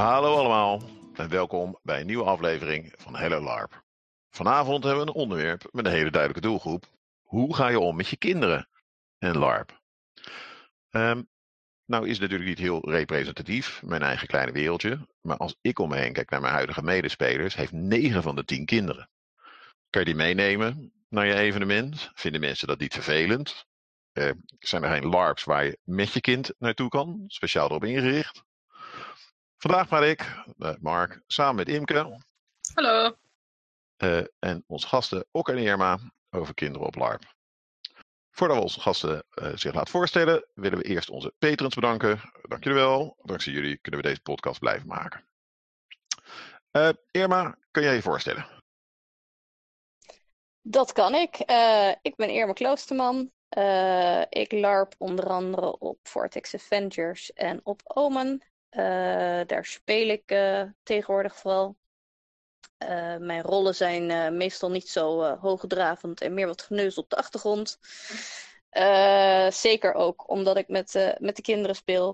Hallo allemaal en welkom bij een nieuwe aflevering van Hello LARP. Vanavond hebben we een onderwerp met een hele duidelijke doelgroep. Hoe ga je om met je kinderen en LARP? Nou is het natuurlijk niet heel representatief, mijn eigen kleine wereldje. Maar als ik om me heen kijk naar mijn huidige medespelers, heeft 9 van de 10 kinderen. Kan je die meenemen naar je evenement? Vinden mensen dat niet vervelend? Zijn er geen LARPs waar je met je kind naartoe kan? Speciaal erop ingericht? Vandaag praat ik, Mark, samen met Imke. Hallo. En onze gasten Okke en Irma over kinderen op LARP. Voordat we onze gasten zich laten voorstellen, willen we eerst onze patrons bedanken. Dank jullie wel. Dankzij jullie kunnen we deze podcast blijven maken. Irma, kun jij je voorstellen? Dat kan ik. Ik ben Irma Kloosterman. Ik LARP onder andere op Vortex Avengers en op Omen. Daar speel ik tegenwoordig vooral. Mijn rollen zijn meestal niet zo hoogdravend en meer wat geneuzel op de achtergrond. Zeker ook omdat ik met de kinderen speel.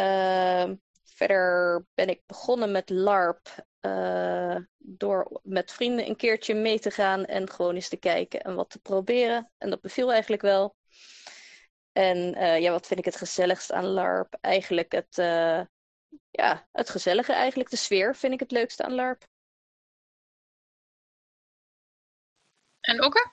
Verder ben ik begonnen met LARP door met vrienden een keertje mee te gaan en gewoon eens te kijken en wat te proberen. En dat beviel eigenlijk wel. En wat vind ik het gezelligst aan LARP? Eigenlijk het gezellige eigenlijk. De sfeer vind ik het leukste aan LARP. En Okke?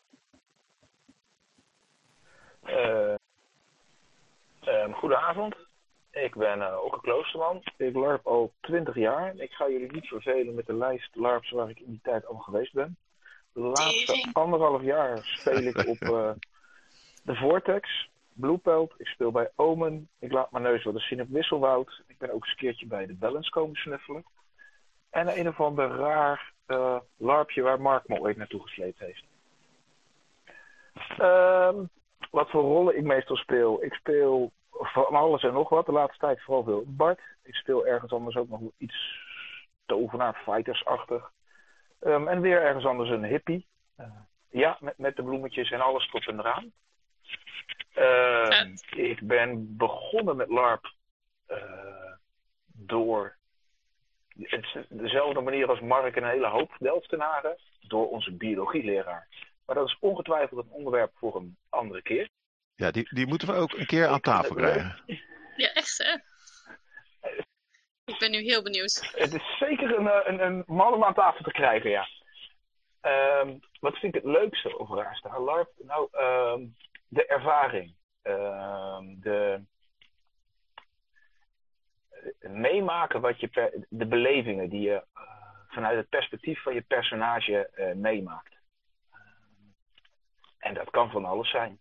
Goedenavond. Ik ben Okke Kloosterman. Ik LARP al 20 jaar. Ik ga jullie niet vervelen met de lijst LARPs waar ik in die tijd al geweest ben. De laatste 1,5 jaar speel ik op de Vortex, Bluepelt. Ik speel bij Omen. Ik laat mijn neus wel eens zien op Wisselwoud. Ik ben ook eens een keertje bij de Balance komen snuffelen. En een of ander raar LARPje waar Mark me ooit naartoe gesleept heeft. Wat voor rollen ik meestal speel? Ik speel van alles en nog wat. De laatste tijd vooral veel Bart. Ik speel ergens anders ook nog iets tovenaar, fighters-achtig. En weer ergens anders een hippie. Met de bloemetjes en alles tot en eraan. Ik ben begonnen met LARP door dezelfde manier als Mark en een hele hoop Delftenaren. Door onze biologieleraar. Maar dat is ongetwijfeld een onderwerp voor een andere keer. Ja, die moeten we ook een keer aan tafel krijgen. Ja, echt hè? Ik ben nu heel benieuwd. Het is zeker een man om aan tafel te krijgen, ja. Wat vind ik het leukste of raarste aan LARP? Nou, de ervaring. Meemaken wat de belevingen die je vanuit het perspectief van je personage meemaakt. En dat kan van alles zijn.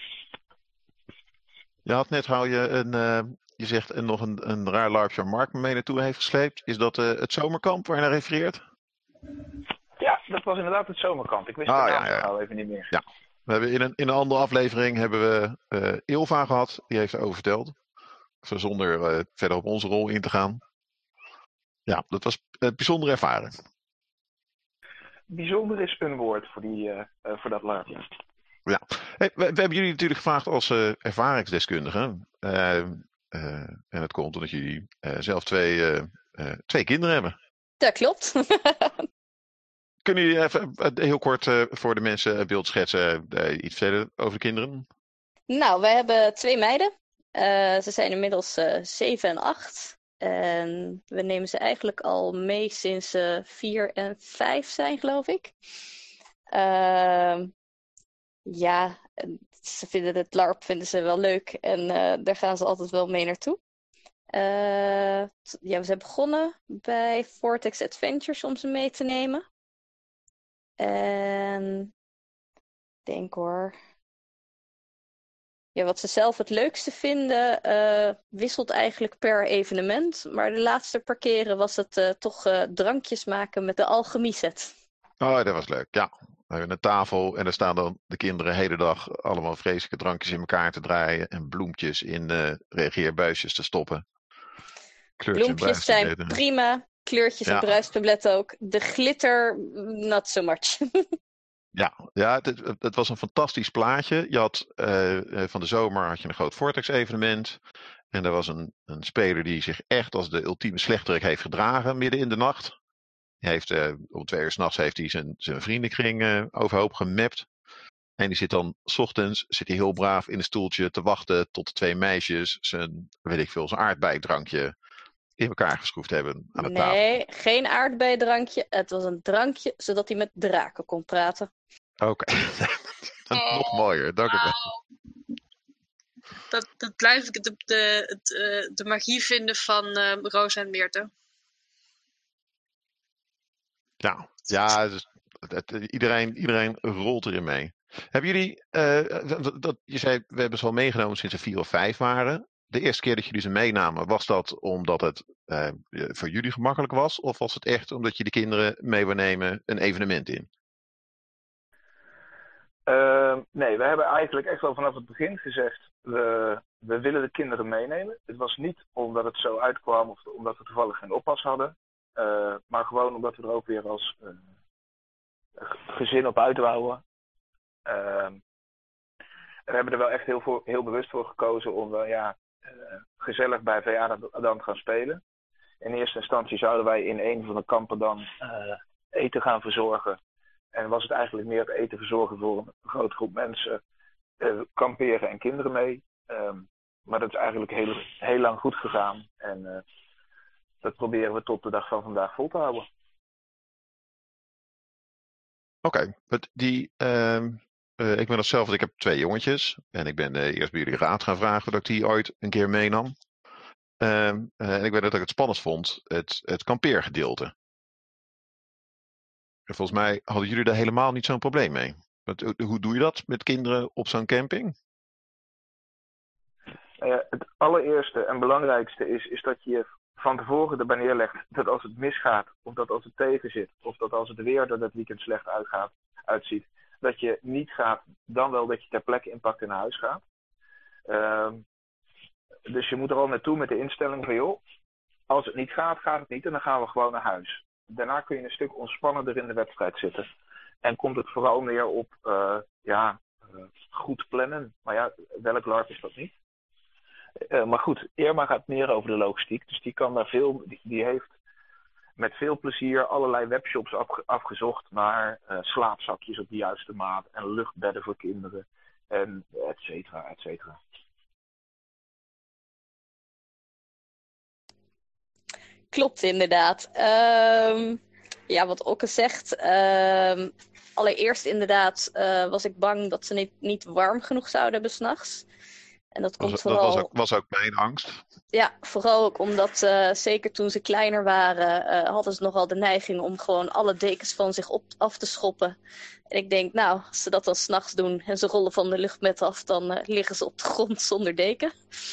Je had net je zegt nog een raar LARPje waar Mark me mee naartoe heeft gesleept. Is dat het zomerkamp waar je naar refereert? Ja, dat was inderdaad het zomerkamp. Ik wist het naam even niet meer. Ja. We hebben in een andere aflevering hebben we Ilva gehad. Die heeft erover verteld. Zonder verder op onze rol in te gaan. Ja, dat was een bijzondere ervaring. Bijzonder is een woord voor dat LARP. Ja. Hey, we hebben jullie natuurlijk gevraagd als ervaringsdeskundigen. En het komt omdat jullie zelf twee kinderen hebben. Dat klopt. Kunnen jullie even heel kort voor de mensen beeld schetsen iets verder over de kinderen? Nou, wij hebben 2 meiden. Ze zijn inmiddels 7 en 8. En we nemen ze eigenlijk al mee sinds ze 4 en 5 zijn, geloof ik. Ze vinden het LARP wel leuk. En daar gaan ze altijd wel mee naartoe. We zijn begonnen bij Vortex Adventures om ze mee te nemen. En denk hoor. Ja, wat ze zelf het leukste vinden wisselt eigenlijk per evenement. Maar de laatste paar keren was het toch drankjes maken met de alchemieset. Oh, dat was leuk. Ja, we hebben een tafel en daar staan dan de kinderen de hele dag allemaal vreselijke drankjes in elkaar te draaien. En bloempjes in reageerbuisjes te stoppen. Bloempjes zijn prima. Kleurtjes en bruistabletten ook. De glitter, not so much. Ja, het was een fantastisch plaatje. Je had van de zomer had je een groot Vortex evenement. En er was een speler die zich echt als de ultieme slechterik heeft gedragen midden in de nacht. Hij heeft, om 2 uur 's nachts heeft hij zijn vriendenkring overhoop gemapt. En die zit dan 's ochtends zit hij heel braaf in een stoeltje te wachten tot de 2 meisjes zijn aardbeidrankje in elkaar geschroefd hebben aan de tafel. Nee, geen aardbeidrankje. Het was een drankje, zodat hij met draken kon praten. Oké. Nog mooier, dank u wel. Dat blijf ik de magie vinden van Rosa en Meerte. Ja, dus iedereen rolt erin mee. Hebben jullie, je zei, we hebben ze al meegenomen sinds ze 4 of 5 waren. De eerste keer dat jullie ze meenamen, was dat omdat het voor jullie gemakkelijk was? Of was het echt omdat je de kinderen mee wil nemen een evenement in? Nee, we hebben eigenlijk echt wel vanaf het begin gezegd, we willen de kinderen meenemen. Het was niet omdat het zo uitkwam of omdat we toevallig geen oppas hadden. Maar gewoon omdat we er ook weer als gezin op uitwouwen. En we hebben er wel echt heel bewust voor gekozen om gezellig bij VA dan te gaan spelen. In eerste instantie zouden wij in een van de kampen dan eten gaan verzorgen. En was het eigenlijk meer het eten verzorgen voor een grote groep mensen, kamperen en kinderen mee. Maar dat is eigenlijk heel lang goed gegaan. En dat proberen we tot de dag van vandaag vol te houden. Oké, ik ben dat zelf, want ik heb 2 jongetjes. En ik ben eerst bij jullie raad gaan vragen dat ik die ooit een keer meenam. En ik weet dat ik het spannend vond, het kampeergedeelte. En volgens mij hadden jullie daar helemaal niet zo'n probleem mee. Hoe doe je dat met kinderen op zo'n camping? Het allereerste en belangrijkste is dat je van tevoren erbij neerlegt dat als het misgaat, of dat als het tegen zit, of dat als het weer er dat weekend slecht uitziet, dat je niet gaat, dan wel dat je ter plekke inpakt en naar huis gaat. Dus je moet er al naartoe met de instelling van joh, als het niet gaat, gaat het niet en dan gaan we gewoon naar huis. Daarna kun je een stuk ontspannender in de wedstrijd zitten. En komt het vooral meer op goed plannen. Maar ja, welk LARP is dat niet? Maar goed, Irma gaat meer over de logistiek. Dus die kan daar die heeft met veel plezier allerlei webshops afgezocht naar slaapzakjes op de juiste maat en luchtbedden voor kinderen en et cetera, et cetera. Klopt inderdaad. Wat Okke zegt. Allereerst inderdaad was ik bang dat ze niet warm genoeg zouden hebben 's nachts. En dat komt vooral... Dat was ook mijn angst. Ja, vooral ook omdat zeker toen ze kleiner waren, hadden ze nogal de neiging om gewoon alle dekens van zich af te schoppen. En ik denk, nou, als ze dat dan 's nachts doen en ze rollen van de luchtmat af, dan liggen ze op de grond zonder deken.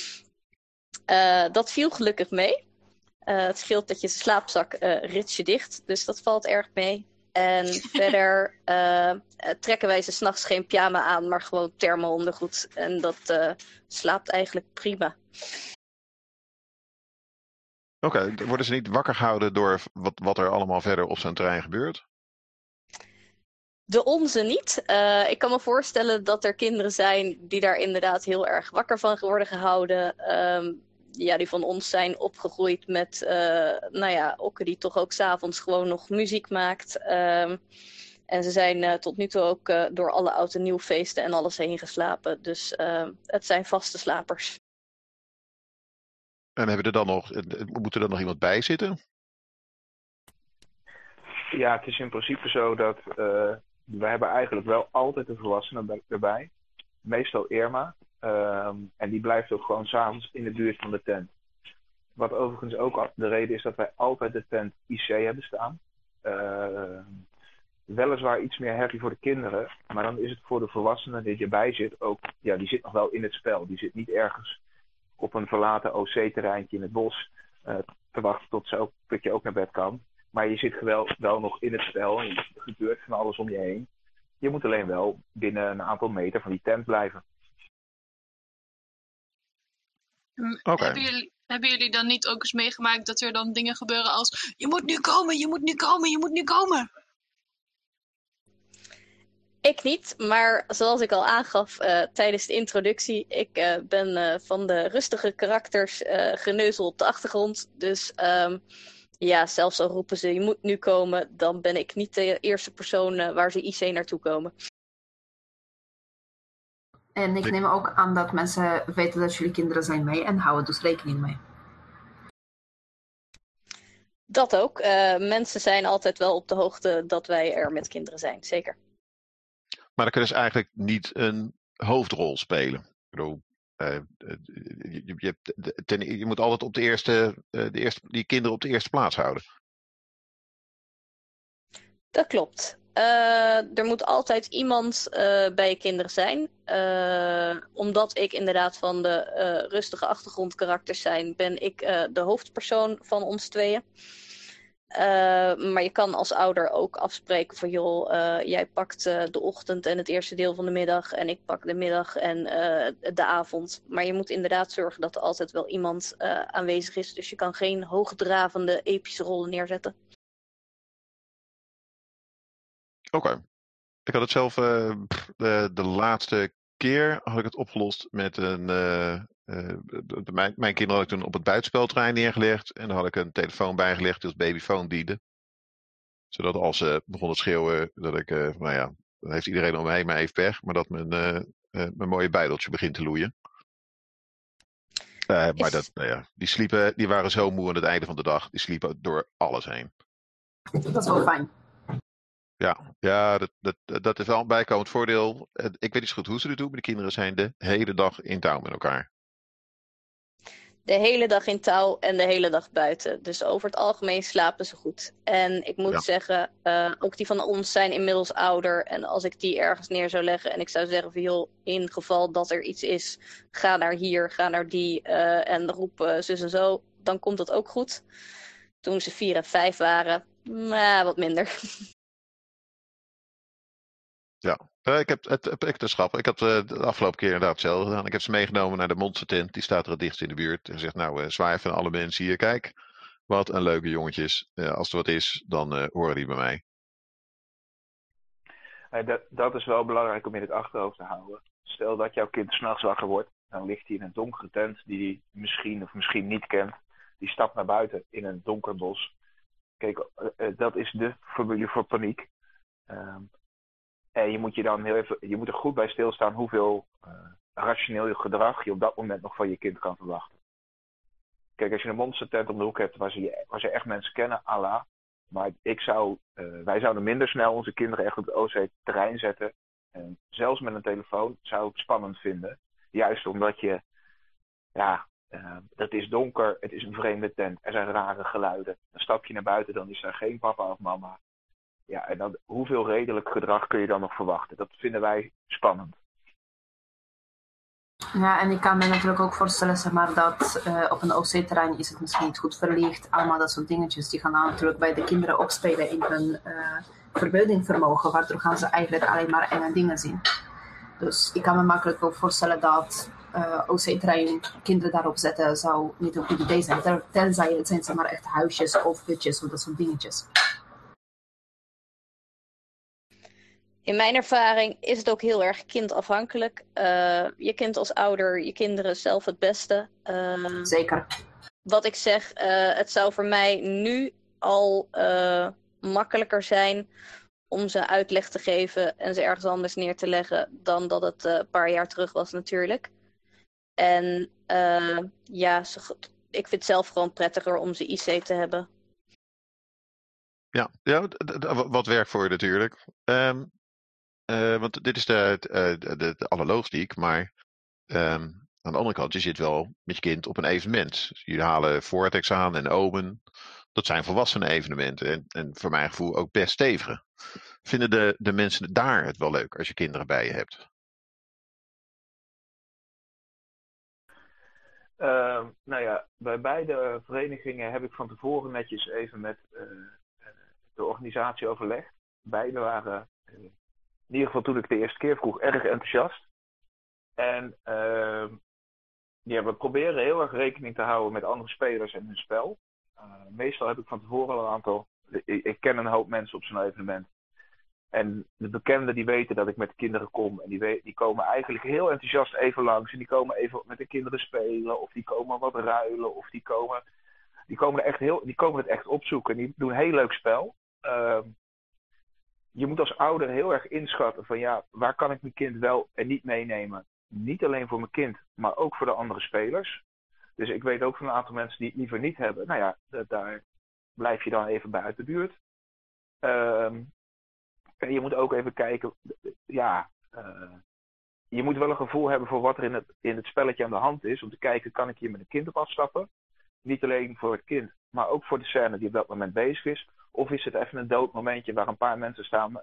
Dat viel gelukkig mee. Het scheelt dat je slaapzak rits je dicht, dus dat valt erg mee. En verder trekken wij ze 's nachts geen pyjama aan, maar gewoon thermo-ondergoed. En dat slaapt eigenlijk prima. Oké, worden ze niet wakker gehouden door wat er allemaal verder op zo'n terrein gebeurt? De onze niet. Ik kan me voorstellen dat er kinderen zijn die daar inderdaad heel erg wakker van worden gehouden. Die van ons zijn opgegroeid met Okke die toch ook 's avonds gewoon nog muziek maakt. En ze zijn tot nu toe ook door alle oud en nieuw feesten en alles heen geslapen. Dus het zijn vaste slapers. En moet er dan nog iemand bij zitten? Ja, het is in principe zo dat we hebben eigenlijk wel altijd een volwassene erbij. Meestal Irma. En die blijft ook gewoon 's avonds in de buurt van de tent. Wat overigens ook de reden is dat wij altijd de tent IC hebben staan. Weliswaar iets meer herrie voor de kinderen. Maar dan is het voor de volwassenen die erbij zit ook... Ja, die zit nog wel in het spel. Die zit niet ergens op een verlaten OC-terreintje in het bos te wachten tot je ook naar bed kan. Maar je zit wel nog in het spel en er gebeurt van alles om je heen. Je moet alleen wel binnen een aantal meter van die tent blijven. Okay. Hebben jullie dan niet ook eens meegemaakt dat er dan dingen gebeuren als... Je moet nu komen, je moet nu komen, je moet nu komen? Ik niet, maar zoals ik al aangaf tijdens de introductie, ik ben van de rustige karakters geneuzel op de achtergrond. Dus ja, zelfs al roepen ze je moet nu komen, dan ben ik niet de eerste persoon waar ze IC naartoe komen. En ik neem ook aan dat mensen weten dat jullie kinderen zijn mee en houden dus rekening mee. Dat ook. Mensen zijn altijd wel op de hoogte dat wij er met kinderen zijn, zeker. Maar dan kunnen ze eigenlijk niet een hoofdrol spelen. Ik bedoel, je moet altijd op die kinderen op de eerste plaats houden. Dat klopt. Er moet altijd iemand bij je kinderen zijn. Omdat ik inderdaad van de rustige achtergrondkarakters zijn, ben ik de hoofdpersoon van ons tweeën. Maar je kan als ouder ook afspreken van joh, jij pakt de ochtend en het eerste deel van de middag en ik pak de middag en de avond. Maar je moet inderdaad zorgen dat er altijd wel iemand aanwezig is. Dus je kan geen hoogdravende epische rollen neerzetten. Oké. Ik had het zelf de laatste keer had ik het opgelost met een... mijn kinderen had ik toen op het buitenspelterrein neergelegd. En dan had ik een telefoon bijgelegd die als babyfoon diende. Zodat als ze begonnen te schreeuwen, dat ik, dan heeft iedereen om me heen maar even pech. Maar dat mijn mooie bijdeltje begint te loeien. Maar die waren zo moe aan het einde van de dag. Die sliepen door alles heen. Dat is wel fijn. Ja, dat is wel een bijkomend voordeel. Ik weet niet zo goed hoe ze het doen, maar de kinderen zijn de hele dag in touw met elkaar. De hele dag in touw en de hele dag buiten. Dus over het algemeen slapen ze goed. En ik moet zeggen, ook die van ons zijn inmiddels ouder. En als ik die ergens neer zou leggen en ik zou zeggen van joh, in geval dat er iets is, ga naar hier, ga naar die en roep zus en zo, dan komt dat ook goed. Toen ze 4 en 5 waren, wat minder. Ja, ik heb het schappen. Ik had de afgelopen keer inderdaad hetzelfde gedaan. Ik heb ze meegenomen naar de monstertent. Die staat er het dichtst in de buurt. En zegt nou, zwaai van alle mensen hier. Kijk, wat een leuke jongetjes. Als er wat is, dan horen die bij mij. Dat is wel belangrijk om in het achterhoofd te houden. Stel dat jouw kind 's nachts wakker wordt. Dan ligt hij in een donkere tent die hij misschien of misschien niet kent. Die stapt naar buiten in een donker bos. Kijk, dat is de formule voor paniek. En je moet je moet er goed bij stilstaan hoeveel rationeel gedrag je op dat moment nog van je kind kan verwachten. Kijk, als je een monstertent om de hoek hebt waar ze echt mensen kennen, Allah. Maar wij zouden minder snel onze kinderen echt op het OC-terrein zetten. En zelfs met een telefoon zou ik spannend vinden. Juist omdat het is donker, het is een vreemde tent, er zijn rare geluiden. Dan stap je naar buiten, dan is er geen papa of mama. Ja, en dan, hoeveel redelijk gedrag kun je dan nog verwachten? Dat vinden wij spannend. Ja, en ik kan me natuurlijk ook voorstellen, zeg maar, dat op een OC-terrein is het misschien niet goed verlicht. Allemaal dat soort dingetjes, die gaan dan natuurlijk bij de kinderen opspelen in hun verbeeldingvermogen. Waardoor gaan ze eigenlijk alleen maar enge dingen zien. Dus ik kan me makkelijk ook voorstellen dat OC-terrein kinderen daarop zetten zou niet een goed idee zijn. Tenzij het zijn, zeg maar, echt huisjes of hutjes of dat soort dingetjes. In mijn ervaring is het ook heel erg kindafhankelijk. Je kind als ouder, je kinderen zelf het beste. Zeker. Wat ik zeg, het zou voor mij nu al makkelijker zijn om ze uitleg te geven en ze ergens anders neer te leggen dan dat het een paar jaar terug was natuurlijk. En ik vind het zelf gewoon prettiger om ze IC te hebben. Ja, wat werkt voor je natuurlijk. Want dit is de allerlogistiek, maar aan de andere kant, je zit wel met je kind op een evenement. Dus jullie halen Vortex aan en Omen. Dat zijn volwassenen evenementen en voor mijn gevoel ook best stevige. Vinden de mensen daar het wel leuk als je kinderen bij je hebt? Bij beide verenigingen heb ik van tevoren netjes even met de organisatie overlegd. Beide waren, in ieder geval toen ik de eerste keer vroeg, erg enthousiast. En we proberen heel erg rekening te houden met andere spelers en hun spel. Meestal heb ik van tevoren al een aantal... Ik ken een hoop mensen op zo'n evenement. En de bekenden die weten dat ik met de kinderen kom. En die komen eigenlijk heel enthousiast even langs. En die komen even met de kinderen spelen. Of die komen wat ruilen. Of die komen het echt opzoeken. En die doen een heel leuk spel. Je moet als ouder heel erg inschatten van ja, waar kan ik mijn kind wel en niet meenemen. Niet alleen voor mijn kind, maar ook voor de andere spelers. Dus ik weet ook van een aantal mensen die het liever niet hebben. Nou ja, daar blijf je dan even buiten de buurt. En je moet ook even kijken. Ja, je moet wel een gevoel hebben voor wat er in het spelletje aan de hand is. Om te kijken, kan ik hier met een kind op afstappen? Niet alleen voor het kind, maar ook voor de scène die op dat moment bezig is. Of is het even een dood momentje waar een paar mensen staan,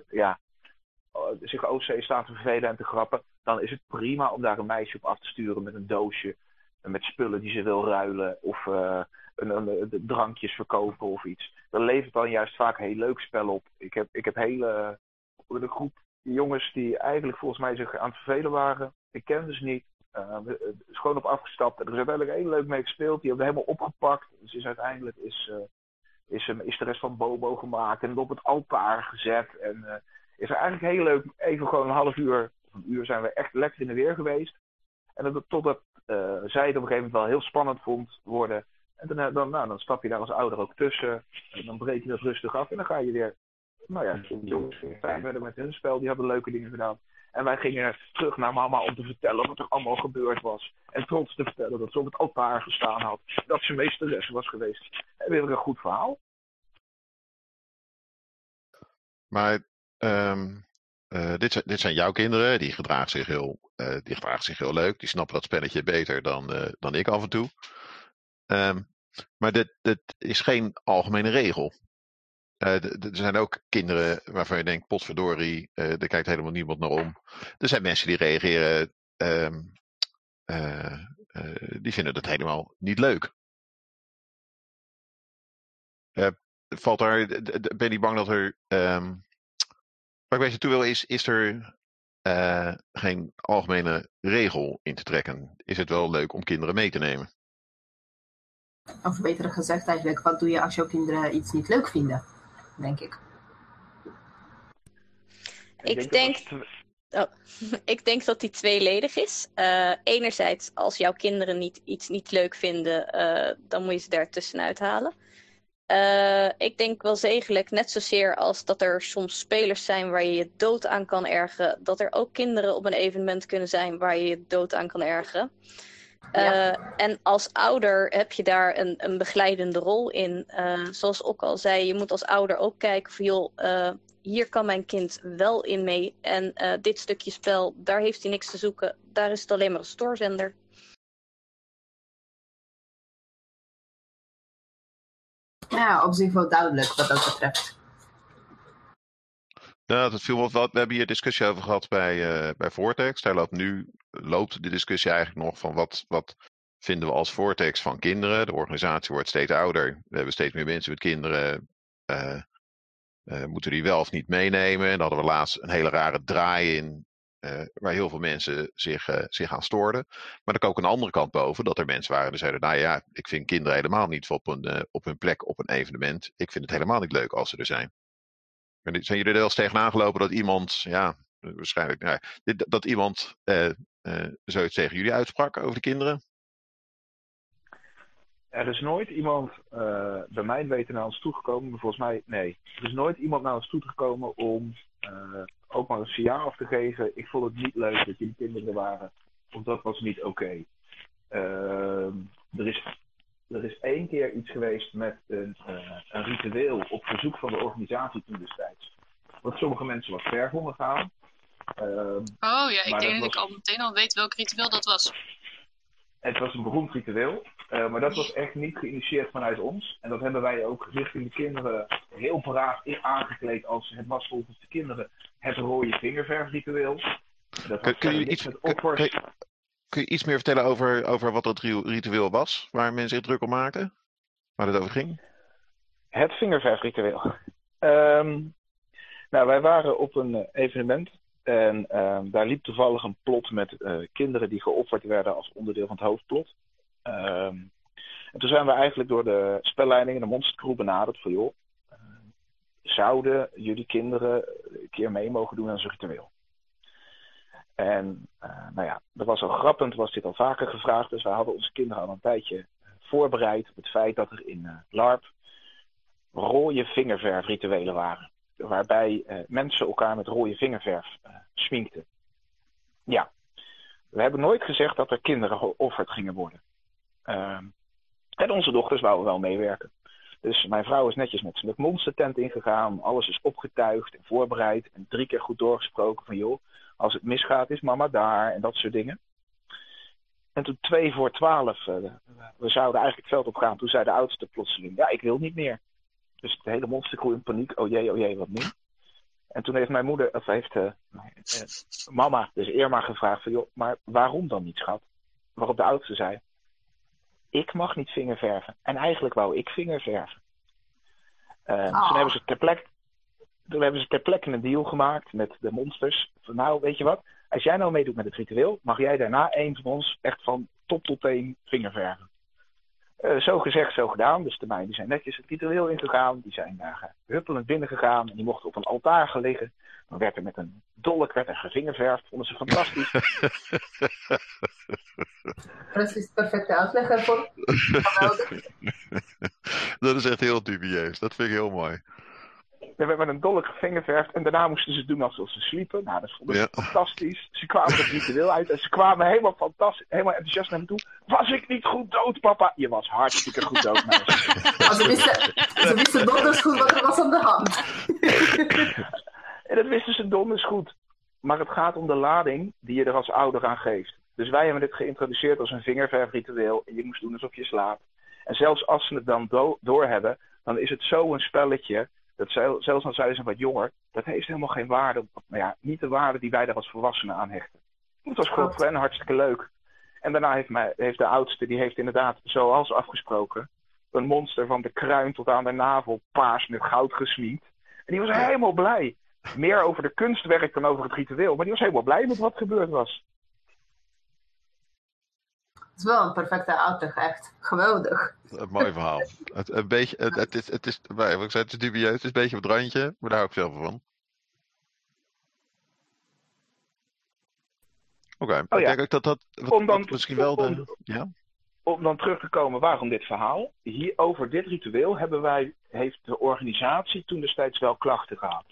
zich OC staan te vervelen en te grappen. Dan is het prima om daar een meisje op af te sturen met een doosje. Met spullen die ze wil ruilen. Of drankjes verkopen of iets. Dan levert dan juist vaak een heel leuk spel op. Ik heb een groep jongens die eigenlijk volgens mij zich aan het vervelen waren. Ik kende ze niet. Is gewoon op afgestapt. Er is uiteindelijk heel leuk mee gespeeld. Die hebben helemaal opgepakt. Dus uiteindelijk is de rest van Bobo gemaakt. En op het altaar gezet. En is er eigenlijk heel leuk. Even gewoon een half uur. Of een uur zijn we echt lekker in de weer geweest. En totdat zij het op een gegeven moment wel heel spannend vond worden. En dan stap je daar als ouder ook tussen. En dan breek je dat rustig af. En dan ga je weer. Nou ja, de jongens werden met hun spel. Die hadden leuke dingen gedaan. En wij gingen terug naar mama om te vertellen wat er allemaal gebeurd was. En trots te vertellen dat ze op het altaar gestaan had. Dat ze meesteres was geweest. En weer een goed verhaal. Maar dit zijn jouw kinderen. Die gedragen zich heel leuk. Die snappen dat spelletje beter dan ik af en toe. Maar dit is geen algemene regel. Er zijn ook kinderen waarvan je denkt, potverdorie, er kijkt helemaal niemand naar om. Er zijn mensen die reageren, die vinden het helemaal niet leuk. Ben je bang dat er... waar ik bij je toe wil is er geen algemene regel in te trekken? Is het wel leuk om kinderen mee te nemen? Of beter gezegd eigenlijk, wat doe je als jouw kinderen iets niet leuk vinden? Denk ik. Ik denk dat die tweeledig is. Enerzijds, als jouw kinderen iets niet leuk vinden, dan moet je ze daar tussenuit halen. Ik denk wel degelijk, net zozeer als dat er soms spelers zijn waar je je dood aan kan ergeren, dat er ook kinderen op een evenement kunnen zijn waar je je dood aan kan ergeren. En als ouder heb je daar een begeleidende rol in. Zoals ook al zei, je moet als ouder ook kijken van joh, hier kan mijn kind wel in mee. En dit stukje spel, daar heeft hij niks te zoeken. Daar is het alleen maar een stoorzender. Ja, op zich wel duidelijk wat dat betreft. Ja, dat viel me wat. We hebben hier discussie over gehad bij Vortex. Daar loopt de discussie eigenlijk nog van wat vinden we als Vortex van kinderen. De organisatie wordt steeds ouder. We hebben steeds meer mensen met kinderen. Moeten die wel of niet meenemen? En daar hadden we laatst een hele rare draai in. Waar heel veel mensen zich aan stoorden. Maar er kwam ook een andere kant boven. Dat er mensen waren die zeiden, nou ja, ik vind kinderen helemaal niet op hun plek op een evenement. Ik vind het helemaal niet leuk als ze er zijn. Zijn jullie er wel eens tegenaan gelopen dat iemand, ja, waarschijnlijk, dat iemand zoiets tegen jullie uitsprak over de kinderen? Er is nooit iemand bij mij weten naar ons toegekomen, maar volgens mij, nee. Er is nooit iemand naar ons toegekomen om ook maar een signaal af te geven. Ik vond het niet leuk dat jullie kinderen waren, of dat was niet oké. Er is 1 keer iets geweest met een ritueel op verzoek van de organisatie toen destijds. Wat sommige mensen wat ver vonden gaan. Ik denk dat ik al meteen al weet welk ritueel dat was. Het was een beroemd ritueel, maar dat was echt niet geïnitieerd vanuit ons. En dat hebben wij ook richting de kinderen heel braaf aangekleed als het was volgens de kinderen het rode vingerverfritueel. Kun je iets meer vertellen over wat dat ritueel was, waar men zich druk om maakte? Waar het over ging? Het vingerverfritueel. Wij waren op een evenement en daar liep toevallig een plot met kinderen die geofferd werden als onderdeel van het hoofdplot. En toen zijn we eigenlijk door de spelleiding en de monstercrew benaderd van joh, zouden jullie kinderen een keer mee mogen doen aan zo'n ritueel. En dat was al grappend, was dit al vaker gevraagd. Dus wij hadden onze kinderen al een tijdje voorbereid op het feit dat er in LARP rode vingerverfrituelen waren. Waarbij mensen elkaar met rode vingerverf sminkten. Ja, we hebben nooit gezegd dat er kinderen geofferd gingen worden. En onze dochters wouden wel meewerken. Dus mijn vrouw is netjes met zijn monstertent ingegaan. Alles is opgetuigd en voorbereid. En 3 keer goed doorgesproken van joh, als het misgaat is mama daar en dat soort dingen. En toen 11:45, we zouden eigenlijk het veld op gaan. Toen zei de oudste plotseling, ja ik wil niet meer. Dus de hele monstercrew in paniek, oh jee, wat nu? En toen heeft mijn moeder, mama, dus Irma gevraagd van joh, maar waarom dan niet schat? Waarop de oudste zei, ik mag niet vingerverven. En eigenlijk wou ik vingerverven. Toen hebben ze ter plekke een deal gemaakt met de monsters. Van nou, weet je wat? Als jij nou meedoet met het ritueel, mag jij daarna een van ons echt van top tot teen vingerverven. Zo gezegd, zo gedaan. Dus de meiden die zijn netjes het ritueel ingegaan. Die zijn daar huppelend binnen gegaan. En die mochten op een altaar gaan liggen. Dan werd er met een dolk gevingerverfd. Vonden ze fantastisch. Precies, perfecte uitleg ervoor. Dat is echt heel dubieus. Dat vind ik heel mooi. Er werd met een dolk gevingerverfd. En daarna moesten ze doen alsof ze sliepen. Nou, dat vonden ze fantastisch. Ze kwamen het ritueel uit. En ze kwamen helemaal fantastisch. Helemaal enthousiast naar me toe. Was ik niet goed dood, papa? Je was hartstikke goed dood, meisje. Ze wisten donders goed wat er was aan de hand. En dat wisten ze donders goed. Maar het gaat om de lading die je er als ouder aan geeft. Dus wij hebben dit geïntroduceerd als een vingerverfritueel. En je moest doen alsof je slaapt. En zelfs als ze het dan doorhebben, dan is het zo een spelletje. Dat zelfs al zijn ze wat jonger, dat heeft helemaal geen waarde. Maar ja, niet de waarde die wij daar als volwassenen aan hechten. Het was goed voor hen, hartstikke leuk. En daarna heeft de oudste, die heeft inderdaad, zoals afgesproken, een monster van de kruin tot aan de navel paars met goud gesminkt. En die was helemaal blij. Meer over de kunstwerk dan over het ritueel. Maar die was helemaal blij met wat gebeurd was. Het is wel een perfecte uitleg, echt. Geweldig. Een mooi verhaal. Het is dubieus, het is een beetje op het randje, maar daar hou ik zelf van. Oké, ik denk ook dat misschien wel Om dan terug te komen waarom dit verhaal. Hier, over dit ritueel heeft de organisatie toen destijds wel klachten gehad.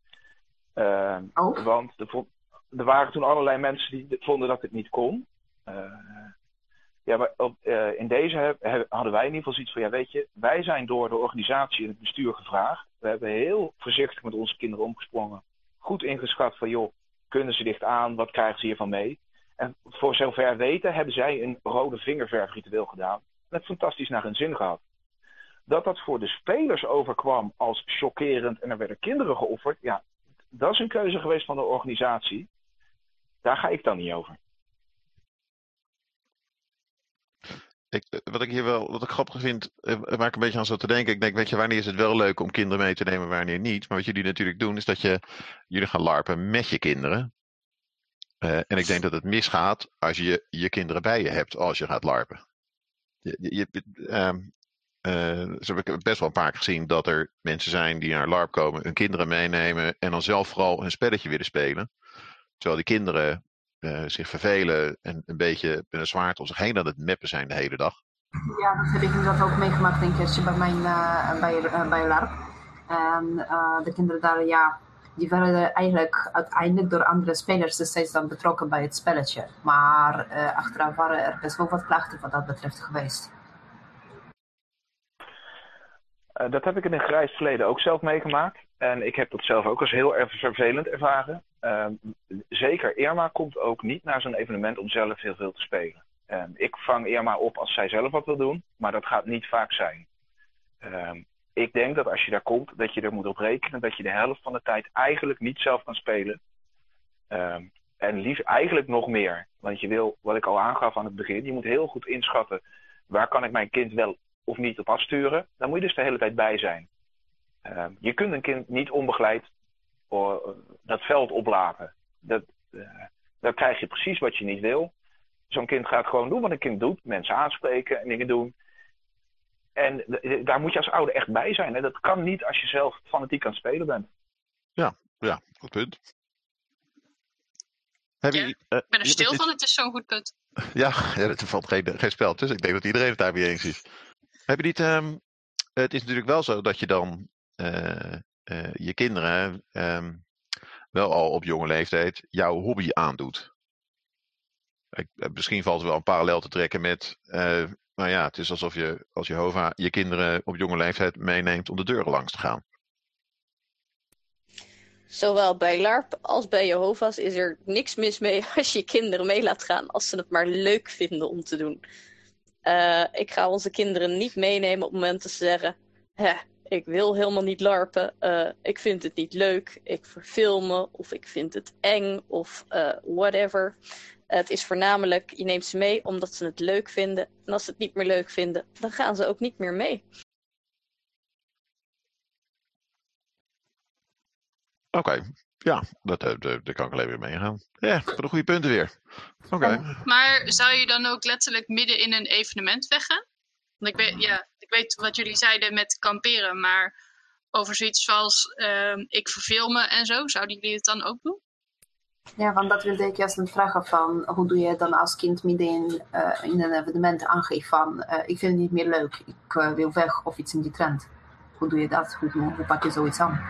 Want er waren toen allerlei mensen die vonden dat het niet kon. Maar in deze hadden wij in ieder geval zoiets van, ja weet je, wij zijn door de organisatie en het bestuur gevraagd. We hebben heel voorzichtig met onze kinderen omgesprongen. Goed ingeschat van, joh, kunnen ze dicht aan? Wat krijgen ze hiervan mee? En voor zover weten hebben zij een rode vingerverfritueel gedaan. En het fantastisch naar hun zin gehad. Dat voor de spelers overkwam als chockerend en er werden kinderen geofferd. Ja, dat is een keuze geweest van de organisatie. Daar ga ik dan niet over. Wat ik grappig vind, waar ik een beetje aan zat te denken. Ik denk, weet je, wanneer is het wel leuk om kinderen mee te nemen, wanneer niet. Maar wat jullie natuurlijk doen, is dat jullie gaan larpen met je kinderen. En ik denk dat het misgaat als je je kinderen bij je hebt als je gaat larpen. Zo heb ik best wel een paar keer gezien dat er mensen zijn die naar LARP komen, hun kinderen meenemen en dan zelf vooral een spelletje willen spelen. Terwijl die kinderen zich vervelen en een beetje met een zwaard om zich heen aan het meppen zijn de hele dag. Ja, dat heb ik inderdaad ook meegemaakt een keertje bij LARP. En de kinderen daar, die werden eigenlijk uiteindelijk door andere spelers steeds dan betrokken bij het spelletje. Maar achteraf waren er best wel wat klachten wat dat betreft geweest. Dat heb ik in een grijs verleden ook zelf meegemaakt. En ik heb dat zelf ook als heel erg vervelend ervaren. Zeker Irma komt ook niet naar zo'n evenement om zelf heel veel te spelen. Ik vang Irma op als zij zelf wat wil doen, maar dat gaat niet vaak zijn. Ik denk dat als je daar komt, dat je er moet op rekenen dat je de helft van de tijd eigenlijk niet zelf kan spelen. En liefst eigenlijk nog meer. Want je wil, wat ik al aangaf aan het begin, je moet heel goed inschatten waar kan ik mijn kind wel of niet op afsturen. Dan moet je dus de hele tijd bij zijn. Je kunt een kind niet onbegeleid dat veld oplaten. Dan krijg je precies wat je niet wil. Zo'n kind gaat gewoon doen wat een kind doet. Mensen aanspreken en dingen doen. En daar moet je als ouder echt bij zijn. Hè? Dat kan niet als je zelf fanatiek aan het spelen bent. Ja, goed punt. Ik ben er stil van, het is zo'n goed punt. Ja, er valt geen spel tussen. Ik denk dat iedereen het daarmee eens is. Heb je niet... het is natuurlijk wel zo dat je dan je kinderen wel al op jonge leeftijd jouw hobby aandoet. Misschien valt er wel een parallel te trekken met... nou ja, het is alsof je als Jehovah je kinderen op jonge leeftijd meeneemt om de deuren langs te gaan. Zowel bij LARP als bij Jehovah's is er niks mis mee als je kinderen mee laat gaan, als ze het maar leuk vinden om te doen. Ik ga onze kinderen niet meenemen op het moment dat ze zeggen... ik wil helemaal niet larpen, ik vind het niet leuk, ik verveel me of ik vind het eng of whatever. Het is voornamelijk, je neemt ze mee omdat ze het leuk vinden. En als ze het niet meer leuk vinden, dan gaan ze ook niet meer mee. Oké. Ja, daar kan ik alleen weer meegaan. Ja, voor de goede punten weer. Oké. Maar zou je dan ook letterlijk midden in een evenement weggaan? Want ik weet wat jullie zeiden met kamperen, maar over zoiets zoals ik verveel me en zo, zouden jullie het dan ook doen? Ja, want dat wilde ik juist vragen van, hoe doe je dan als kind midden in een evenement aangeeft van, ik vind het niet meer leuk, ik wil weg of iets in die trend. Hoe doe je dat? Hoe pak je zoiets aan?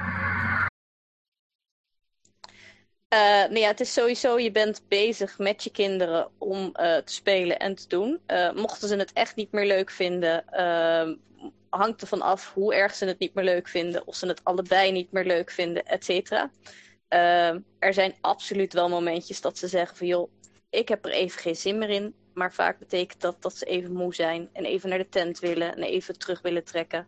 Het is sowieso, je bent bezig met je kinderen om te spelen en te doen. Mochten ze het echt niet meer leuk vinden, hangt ervan af hoe erg ze het niet meer leuk vinden, of ze het allebei niet meer leuk vinden, et cetera. Er zijn absoluut wel momentjes dat ze zeggen van joh, ik heb er even geen zin meer in. Maar vaak betekent dat ze even moe zijn en even naar de tent willen en even terug willen trekken.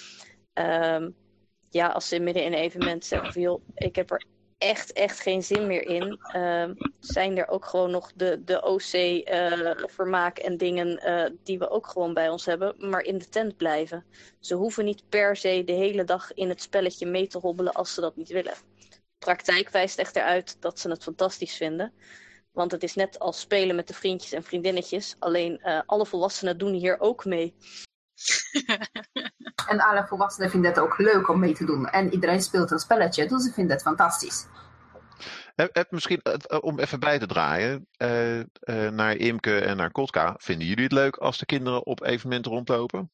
Als ze midden in een evenement zeggen van joh, ik heb er echt geen zin meer in. Zijn er ook gewoon nog de OC vermaak en dingen die we ook gewoon bij ons hebben, maar in de tent blijven. Ze hoeven niet per se de hele dag in het spelletje mee te hobbelen als ze dat niet willen. Praktijk wijst echter uit dat ze het fantastisch vinden. Want het is net als spelen met de vriendjes en vriendinnetjes. Alleen alle volwassenen doen hier ook mee. En alle volwassenen vinden het ook leuk om mee te doen. En iedereen speelt een spelletje, dus ze vinden het fantastisch. Misschien om even bij te draaien. Naar Imke en naar Kotka. Vinden jullie het leuk als de kinderen op evenementen rondlopen?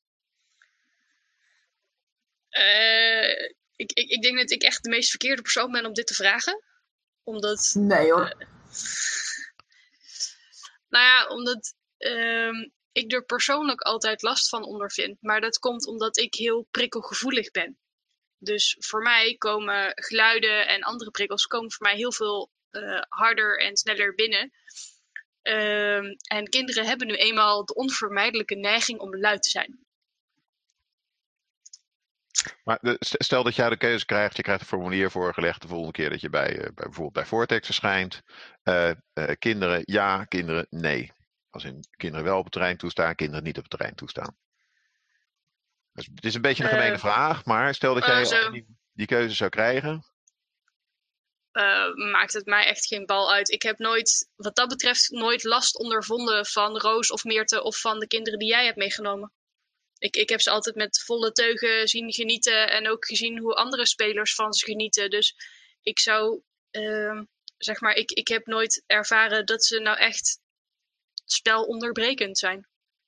Ik denk dat ik echt de meest verkeerde persoon ben om dit te vragen. Omdat... Nee hoor. Omdat ik er persoonlijk altijd last van ondervind. Maar dat komt omdat ik heel prikkelgevoelig ben. Dus voor mij komen geluiden en andere prikkels komen voor mij heel veel harder en sneller binnen. En kinderen hebben nu eenmaal de onvermijdelijke neiging om luid te zijn. Maar stel dat jij de keuze krijgt, je krijgt een formulier voorgelegd de volgende keer dat je bijvoorbeeld bij Vortex verschijnt. Kinderen ja, kinderen nee. Als in kinderen wel op het terrein toestaan, kinderen niet op het terrein toestaan. Dus het is een beetje een gemene vraag, maar stel dat jij die keuze zou krijgen. Maakt het mij echt geen bal uit. Ik heb wat dat betreft nooit last ondervonden van Roos of Meerte of van de kinderen die jij hebt meegenomen. Ik heb ze altijd met volle teugen zien genieten en ook gezien hoe andere spelers van ze genieten. Dus ik zou, ik heb nooit ervaren dat ze nou echt spelonderbrekend zijn.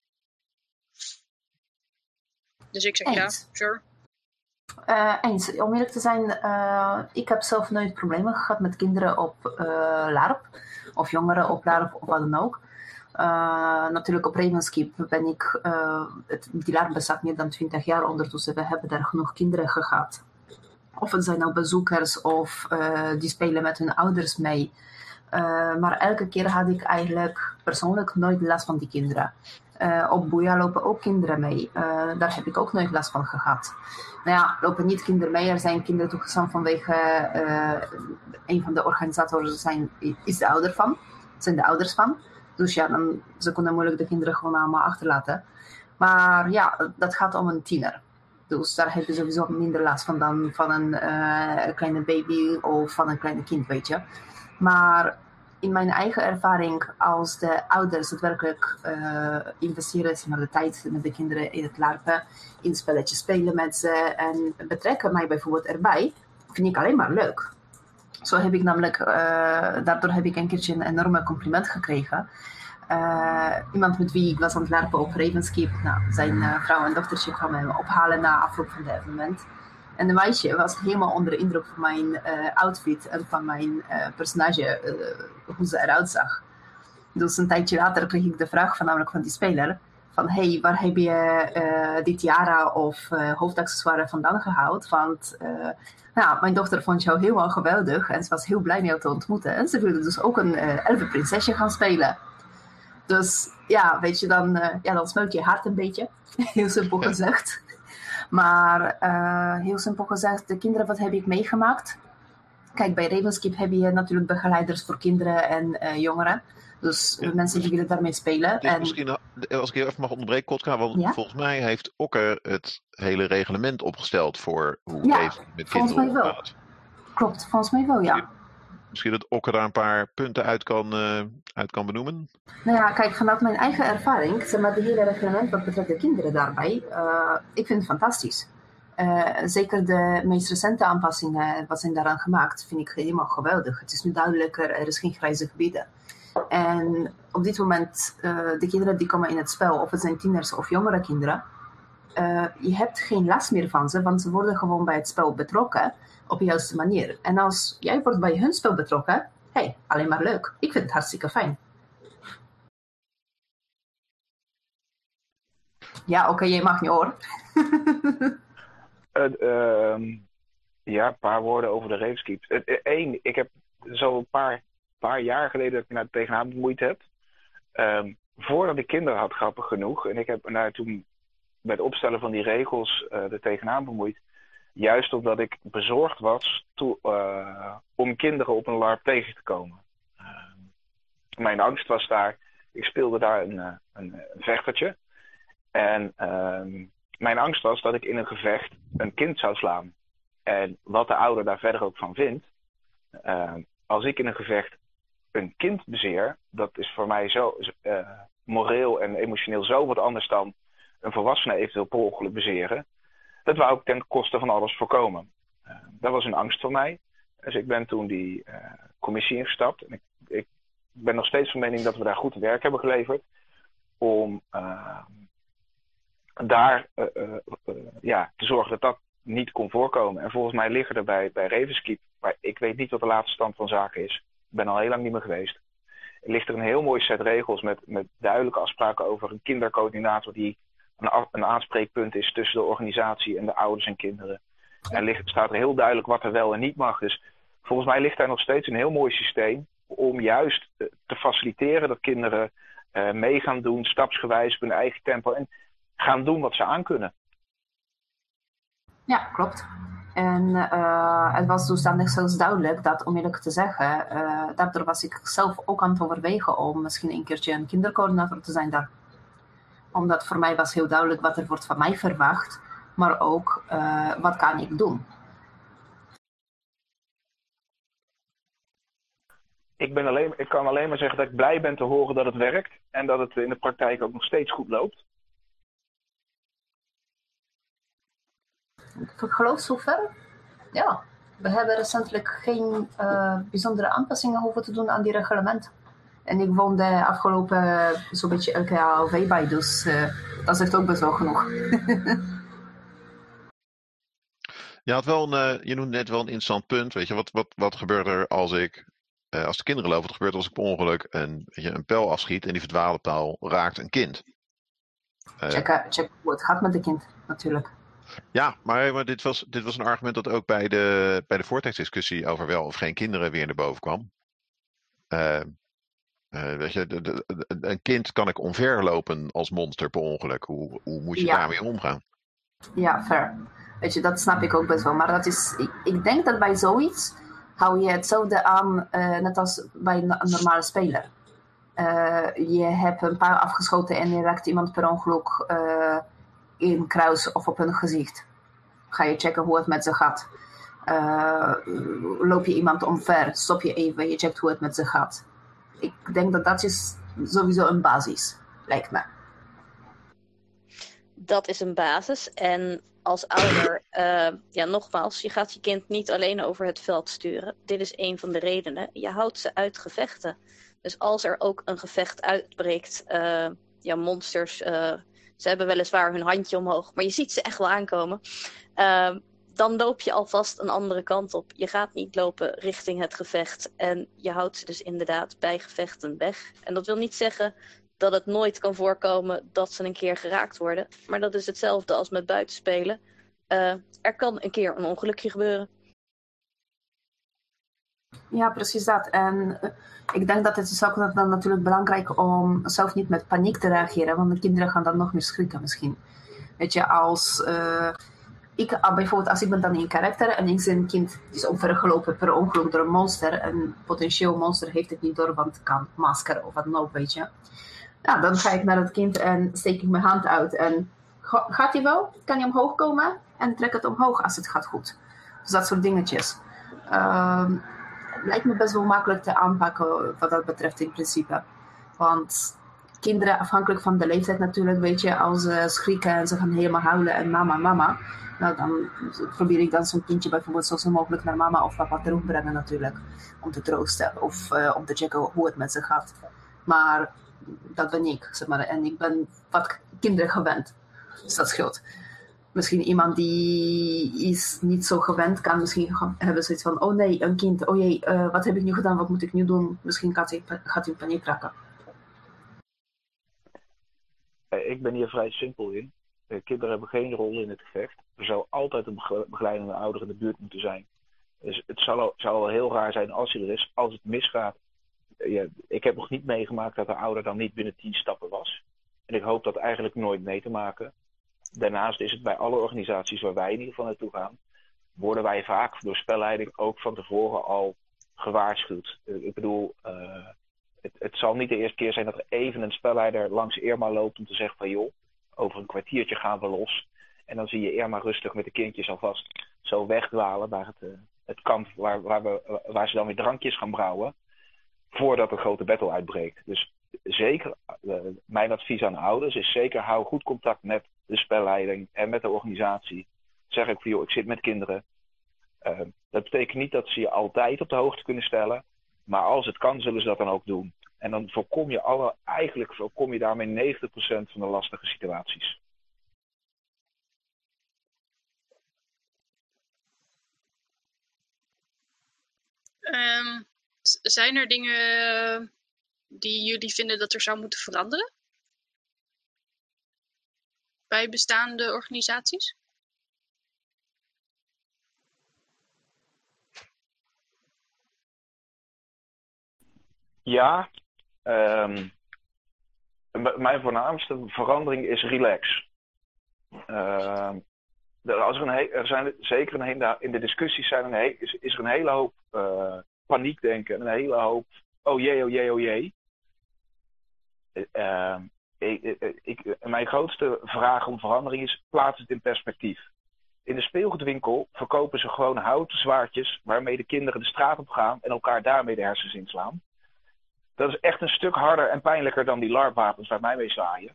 Dus ik zeg eens. Ja, sure. Eens. Om eerlijk te zijn, ik heb zelf nooit problemen gehad met kinderen op LARP. Of jongeren op LARP of wat dan ook. Natuurlijk op Ravenskeep ben ik, die LARP bestaat meer dan 20 jaar ondertussen. We hebben daar genoeg kinderen gehad. Of het zijn nou bezoekers of die spelen met hun ouders mee. Maar elke keer had ik eigenlijk persoonlijk nooit last van die kinderen. Op Boeia lopen ook kinderen mee. Daar heb ik ook nooit last van gehad. Nou ja, lopen niet kinderen mee. Er zijn kinderen toegestaan vanwege een van de organisatoren is de ouder van. Zijn de ouders van. Dus ja, ze kunnen moeilijk de kinderen gewoon allemaal achterlaten. Maar ja, dat gaat om een tiener. Dus daar heb je sowieso minder last van dan van een kleine baby of van een kleine kind, weet je. Maar in mijn eigen ervaring, als de ouders het werkelijk investeren, zeg maar, de tijd met de kinderen in het larpen, in spelletjes spelen met ze en betrekken mij bijvoorbeeld erbij, vind ik alleen maar leuk. Zo heb ik namelijk, daardoor heb ik een keertje een enorme compliment gekregen. Iemand met wie ik was aan het larpen op Ravenskeep, zijn vrouw en dochtertje kwamen hem ophalen na afloop van het evenement. En de meisje was helemaal onder de indruk van mijn outfit en van mijn personage, hoe ze eruit zag. Dus een tijdje later kreeg ik de vraag namelijk van die speler, van hey, waar heb je die tiara of hoofdaccessoire vandaan gehaald? Want mijn dochter vond jou helemaal geweldig en ze was heel blij jou te ontmoeten. En ze wilde dus ook een elfenprinsesje gaan spelen. Dus ja, weet je, dan smelt je hart een beetje, heel simpel gezegd. Maar heel simpel gezegd, de kinderen, wat heb ik meegemaakt? Kijk, bij Ravenskeep heb je natuurlijk begeleiders voor kinderen en jongeren. Dus mensen die willen daarmee spelen. Dus misschien, als ik even mag onderbreken, Kotka, want volgens mij heeft Okker het hele reglement opgesteld voor hoe Ravenskeep met kinderen omgaat. Klopt, volgens mij wel, ja. Misschien dat Okker daar een paar punten uit kan benoemen? Nou ja, kijk, vanuit mijn eigen ervaring, zeg maar, de hele reglement wat betreft de kinderen daarbij, ik vind het fantastisch. Zeker de meest recente aanpassingen, wat zijn daaraan gemaakt, vind ik helemaal geweldig. Het is nu duidelijker, er is geen grijze gebieden. En op dit moment, de kinderen die komen in het spel, of het zijn tieners of jongere kinderen, je hebt geen last meer van ze, want ze worden gewoon bij het spel betrokken op de juiste manier. En als jij wordt bij hun spel betrokken, hey, alleen maar leuk. Ik vind het hartstikke fijn. Ja, oké, je mag niet hoor. Ja, een paar woorden over de Ravenskeep. Ik heb zo een paar jaar geleden dat ik me tegenaan bemoeid heb. Voordat ik kinderen had, grappig genoeg. En ik heb toen bij het opstellen van die regels er tegenaan bemoeid. Juist omdat ik bezorgd was om kinderen op een LARP tegen te komen. Mijn angst was daar, ik speelde daar een vechtertje. En mijn angst was dat ik in een gevecht een kind zou slaan. En wat de ouder daar verder ook van vindt. Als ik in een gevecht een kind bezeer, dat is voor mij zo moreel en emotioneel zo wat anders dan een volwassene eventueel per ongeluk bezeren. Dat wou ik ten koste van alles voorkomen. Dat was een angst voor mij. Dus ik ben toen die commissie ingestapt. En ik ben nog steeds van mening dat we daar goed werk hebben geleverd. Om daar te zorgen dat dat niet kon voorkomen. En volgens mij liggen er bij Ravenskeep, maar ik weet niet wat de laatste stand van zaken is. Ik ben al heel lang niet meer geweest. Er ligt er een heel mooi set regels met duidelijke afspraken over een kindercoördinator die een aanspreekpunt is tussen de organisatie en de ouders en kinderen. En staat er heel duidelijk wat er wel en niet mag. Dus volgens mij ligt daar nog steeds een heel mooi systeem om juist te faciliteren dat kinderen mee gaan doen, stapsgewijs op hun eigen tempo en gaan doen wat ze aankunnen. Ja, klopt. En het was dus dan zelfs duidelijk dat, om eerlijk te zeggen, daardoor was ik zelf ook aan het overwegen om misschien een keertje een kindercoördinator te zijn daar. Omdat voor mij was heel duidelijk wat er wordt van mij verwacht, maar ook wat kan ik doen. Ik kan alleen maar zeggen dat ik blij ben te horen dat het werkt en dat het in de praktijk ook nog steeds goed loopt. Ik geloof zover. Ja, we hebben recentelijk geen bijzondere aanpassingen hoeven te doen aan die reglement. En ik woon de afgelopen zo'n beetje elke LKALV bij, dus dat zegt ook best wel genoeg. Je noemt net wel een interessant punt. Weet je, wat gebeurt er als de kinderen lopen, wat gebeurt als ik per ongeluk een pijl afschiet en die verdwaalde pijl raakt een kind? Check hoe het gaat met de kind, natuurlijk. Ja, maar dit was een argument dat ook bij de voortijdsdiscussie over wel of geen kinderen weer naar boven kwam. Weet je, een kind kan ik omverlopen als monster per ongeluk. Hoe moet je daarmee omgaan? Ja, fair. Weet je, dat snap ik ook best wel. Maar dat is, ik denk dat bij zoiets hou je hetzelfde aan, net als bij een normale speler. Je hebt een pijl afgeschoten en je raakt iemand per ongeluk in een kruis of op hun gezicht. Ga je checken hoe het met ze gaat. Loop je iemand omver, stop je even, je checkt hoe het met ze gaat. ik denk dat dat is sowieso een basis, lijkt me. Dat is een basis. En als ouder, nogmaals, je gaat je kind niet alleen over het veld sturen. Dit is een van de redenen. Je houdt ze uit gevechten. Dus als er ook een gevecht uitbreekt, monsters, ze hebben weliswaar hun handje omhoog, maar je ziet ze echt wel aankomen. Dan loop je alvast een andere kant op. Je gaat niet lopen richting het gevecht. En je houdt ze dus inderdaad bij gevechten weg. En dat wil niet zeggen dat het nooit kan voorkomen dat ze een keer geraakt worden. Maar dat is hetzelfde als met buitenspelen. Er kan een keer een ongelukje gebeuren. Ja, precies dat. En ik denk dat het is ook dan natuurlijk belangrijk om zelf niet met paniek te reageren. Want de kinderen gaan dan nog meer schrikken misschien. Weet je, bijvoorbeeld als ik ben dan in karakter en ik zie een kind is omvergelopen per ongeluk door een monster. En potentieel monster heeft het niet door, want het kan masker of wat dan ook, weet je. Ja, dan ga ik naar het kind en steek ik mijn hand uit. En gaat hij wel? Kan hij omhoog komen? En trek het omhoog als het gaat goed. Dus dat soort dingetjes. Lijkt me best wel makkelijk te aanpakken wat dat betreft in principe. Want kinderen, afhankelijk van de leeftijd natuurlijk, weet je, als ze schrikken en ze gaan helemaal huilen en mama. Nou, dan probeer ik dan zo'n kindje bijvoorbeeld zo snel mogelijk naar mama of papa terugbrengen natuurlijk. Om te troosten of om te checken hoe het met ze gaat. Maar dat ben ik, zeg maar. En ik ben wat kinderen gewend. Dus dat scheelt. Misschien iemand die is niet zo gewend kan misschien hebben zoiets van, oh nee, een kind, oh jee, wat heb ik nu gedaan, wat moet ik nu doen? Misschien gaat hij in paniek raken. Ik ben hier vrij simpel in. Kinderen hebben geen rol in het gevecht. Er zou altijd een begeleidende ouder in de buurt moeten zijn. Dus het zou wel heel raar zijn als hij er is. Als het misgaat. Ik heb nog niet meegemaakt dat de ouder dan niet binnen 10 stappen was. En ik hoop dat eigenlijk nooit mee te maken. Daarnaast is het bij alle organisaties waar wij in ieder geval naartoe gaan, worden wij vaak door spelleiding ook van tevoren al gewaarschuwd. Ik bedoel, het zal niet de eerste keer zijn dat er even een spelleider langs Irma loopt om te zeggen van joh, over een kwartiertje gaan we los. En dan zie je Irma rustig met de kindjes alvast zo wegdwalen naar het kamp waar ze dan weer drankjes gaan brouwen, voordat een grote battle uitbreekt. Dus zeker, mijn advies aan ouders is zeker hou goed contact met de spelleiding en met de organisatie. Zeg ik van joh, ik zit met kinderen. Dat betekent niet dat ze je altijd op de hoogte kunnen stellen. Maar als het kan, zullen ze dat dan ook doen. En dan voorkom je daarmee 90% van de lastige situaties. Zijn er dingen die jullie vinden dat er zou moeten veranderen? Bij bestaande organisaties? Ja, mijn voornaamste verandering is relax. In de discussies is er een hele hoop paniekdenken en een hele hoop oh jee. Mijn grootste vraag om verandering is, plaats het in perspectief. In de speelgoedwinkel verkopen ze gewoon houten zwaardjes waarmee de kinderen de straat op gaan en elkaar daarmee de hersens inslaan. Dat is echt een stuk harder en pijnlijker dan die LARP-wapens waar mij mee zwaaien.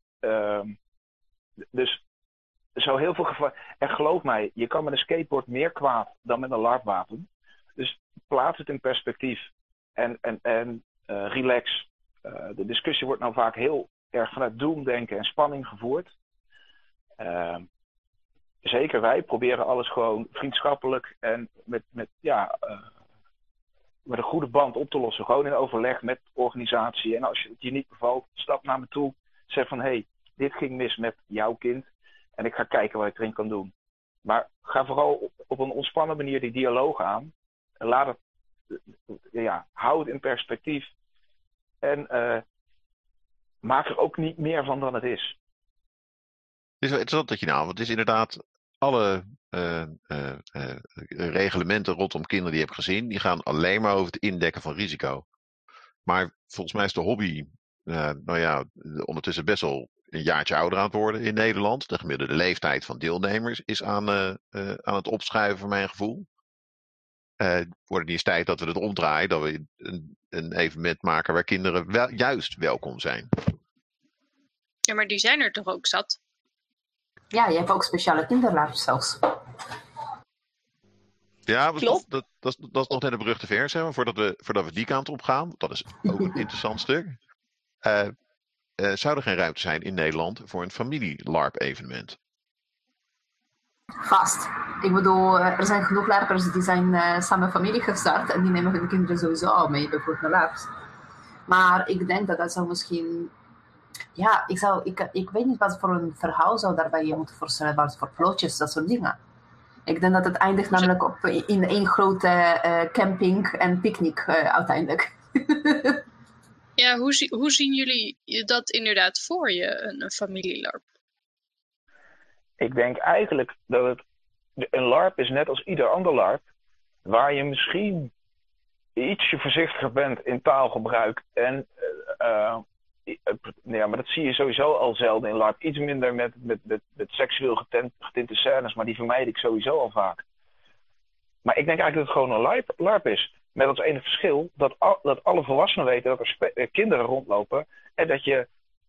Dus zo heel veel gevaar. En geloof mij, je kan met een skateboard meer kwaad dan met een LARP-wapen. Dus plaats het in perspectief en relax. De discussie wordt nou vaak heel erg vanuit doemdenken en spanning gevoerd. Zeker wij proberen alles gewoon vriendschappelijk en met een goede band op te lossen. Gewoon in overleg met de organisatie. En als het je niet bevalt, stap naar me toe. Zeg van, hey, dit ging mis met jouw kind. En ik ga kijken wat ik erin kan doen. Maar ga vooral op een ontspannen manier die dialoog aan. En hou het in perspectief. En maak er ook niet meer van dan het is. Het is wel interessant dat je want het is inderdaad alle reglementen rondom kinderen die je hebt gezien, die gaan alleen maar over het indekken van risico. Maar volgens mij is de hobby ondertussen best wel een jaartje ouder aan het worden in Nederland. De gemiddelde leeftijd van deelnemers is aan het opschuiven, voor mijn gevoel. wordt het niet eens tijd dat we het omdraaien, dat we een evenement maken waar kinderen juist welkom zijn. Ja, maar die zijn er toch ook zat? Ja, je hebt ook speciale kinderlarps zelfs. Ja, dat is nog net een brug te ver, zeg maar, voordat we die kant op gaan. Dat is ook een interessant stuk. Zou er geen ruimte zijn in Nederland voor een familie-LARP-evenement? Vast. Ik bedoel, er zijn genoeg larpers die zijn samen familie gestart en die nemen hun kinderen sowieso al mee, bijvoorbeeld naar larps. Maar ik denk dat zou misschien... Ja, ik weet niet wat voor een verhaal zou daarbij je moeten voorstellen, wat voor plotjes, dat soort dingen. Ik denk dat het eindigt namelijk in één grote camping en picknick uiteindelijk. Ja, hoe zien jullie dat inderdaad voor je, een familielarp? Ik denk eigenlijk dat een LARP is net als ieder ander LARP, waar je misschien ietsje voorzichtiger bent in taalgebruik. En, maar dat zie je sowieso al zelden in LARP. Iets minder met seksueel getinte scènes, maar die vermijd ik sowieso al vaak. Maar ik denk eigenlijk dat het gewoon een LARP is. Met als enige verschil dat alle volwassenen weten dat er kinderen rondlopen en dat je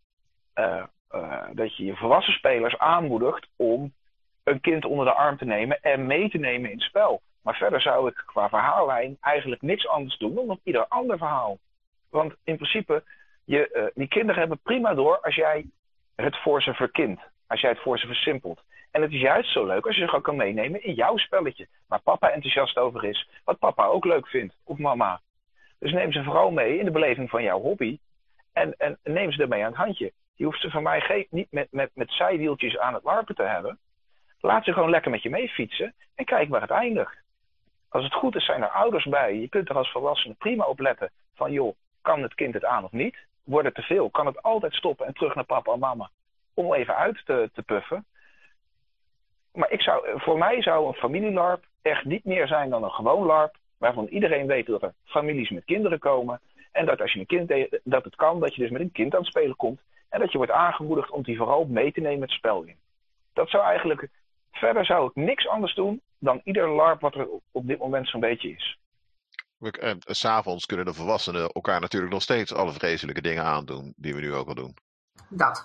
je volwassen spelers aanmoedigt om een kind onder de arm te nemen en mee te nemen in het spel. Maar verder zou ik qua verhaallijn eigenlijk niks anders doen dan ieder ander verhaal. Want in principe, die kinderen hebben prima door als jij het voor ze verkint. Als jij het voor ze versimpelt. En het is juist zo leuk als je ze gewoon kan meenemen in jouw spelletje. Waar papa enthousiast over is. Wat papa ook leuk vindt. Of mama. Dus neem ze vooral mee in de beleving van jouw hobby. En neem ze ermee aan het handje. Je hoeft ze van mij niet met zijwieltjes aan het larpen te hebben. Laat ze gewoon lekker met je mee fietsen. En kijk waar het eindigt. Als het goed is zijn er ouders bij. Je kunt er als volwassene prima op letten. Van joh, kan het kind het aan of niet? Wordt het te veel? Kan het altijd stoppen en terug naar papa en mama? Om even uit te puffen. Maar voor mij zou een familielarp echt niet meer zijn dan een gewoon larp. Waarvan iedereen weet dat er families met kinderen komen. En dat als je dat het kan, dat je dus met een kind aan het spelen komt. En dat je wordt aangemoedigd om die vooral mee te nemen het spel in. Verder zou ik niks anders doen dan ieder larp wat er op dit moment zo'n beetje is. 'S Avonds kunnen de volwassenen elkaar natuurlijk nog steeds alle vreselijke dingen aandoen die we nu ook al doen. Dat.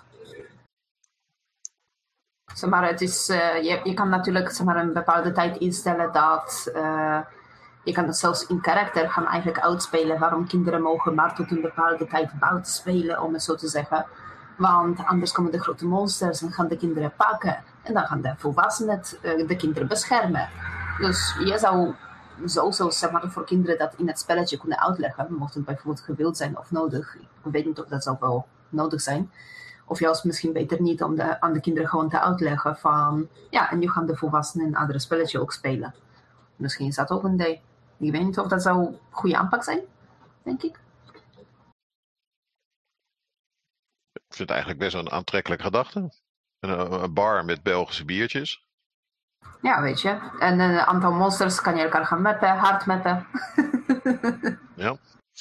Zeg maar, het is, je kan natuurlijk zeg maar, een bepaalde tijd instellen dat je kan het zelfs in karakter gaan eigenlijk uitspelen waarom kinderen mogen maar tot een bepaalde tijd buiten spelen, om het zo te zeggen. Want anders komen de grote monsters en gaan de kinderen pakken. En dan gaan de volwassenen de kinderen beschermen. Dus je zou zo zeg maar, voor kinderen dat in het spelletje kunnen uitleggen. Mocht het bijvoorbeeld gewild zijn of nodig. Ik weet niet of dat zou wel nodig zijn. Of juist misschien beter niet om aan de kinderen gewoon te uitleggen van... Ja, en nu gaan de volwassenen een andere spelletje ook spelen. Misschien is dat ook een idee. Ik weet niet of dat zou een goede aanpak zijn, denk ik. Ik vind het eigenlijk best wel een aantrekkelijke gedachte. Een bar met Belgische biertjes. Ja, weet je. En een aantal monsters kan je elkaar gaan mappen, hard mappen. Ja.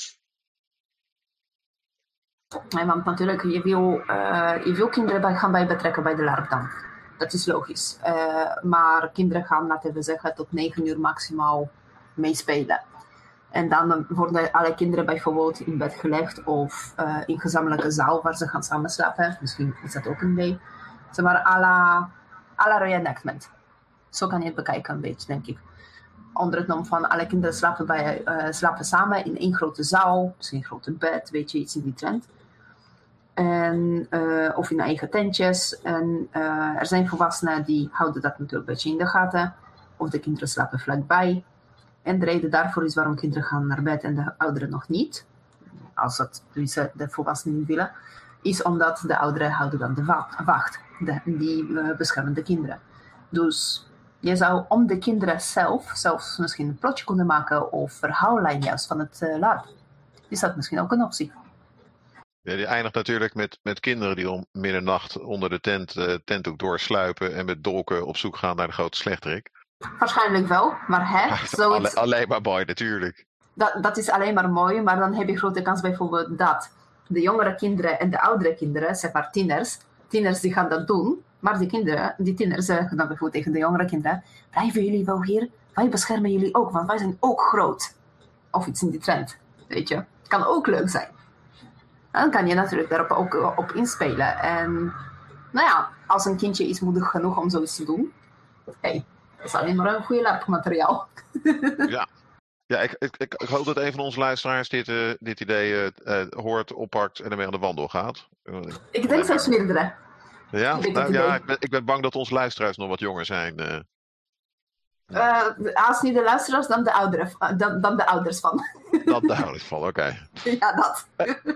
Ja, want natuurlijk, je wil kinderen gaan bij betrekken bij de LARP dan. Dat is logisch. Maar kinderen gaan, laten we zeggen, tot 9 uur maximaal meespelen. En dan worden alle kinderen bijvoorbeeld in bed gelegd of in gezamenlijke zaal waar ze gaan samen slapen. Misschien is dat ook een idee. Zeg maar à la reenactment. Zo kan je het bekijken een beetje, denk ik. Onder het nom van alle kinderen slapen samen in één grote zaal. Misschien een grote bed, weet je, iets in die trend. En, of in eigen tentjes. En er zijn volwassenen die houden dat natuurlijk een beetje in de gaten. Of de kinderen slapen vlakbij. En de reden daarvoor is waarom kinderen gaan naar bed en de ouderen nog niet. Als dat de volwassenen niet willen. Is omdat de ouderen houden dan de wacht. Die beschermen de kinderen. Dus je zou om de kinderen zelfs misschien een plotje kunnen maken. Of verhaallijn juist van het LARP. Is dat misschien ook een optie? Ja, die eindigt natuurlijk met kinderen die om middernacht onder de tentdoek doorsluipen en met dolken op zoek gaan naar de grote slechterik. Waarschijnlijk wel, maar zoiets... Alleen maar mooi, natuurlijk. Dat is alleen maar mooi, maar dan heb je grote kans bijvoorbeeld dat de jongere kinderen en de oudere kinderen, zeg maar tieners die gaan dat doen, maar die tieners zeggen dan bijvoorbeeld tegen de jongere kinderen, blijven jullie wel hier? wij beschermen jullie ook, want wij zijn ook groot. Of iets in die trend, weet je. Het kan ook leuk zijn. En dan kan je natuurlijk daarop ook op inspelen. En nou ja, als een kindje is moedig genoeg om zoiets te doen, hey, dat is alleen maar een goede LARP-materiaal. Ja, ik hoop dat een van onze luisteraars dit idee hoort, oppakt en ermee aan de wandel gaat. Ik denk zelfs meerdere. Ja, ik ben bang dat onze luisteraars nog wat jonger zijn. Als niet de luisteraars, dan de ouderen, dan de ouders van. Dat de ouders van, oké. Ja, dat.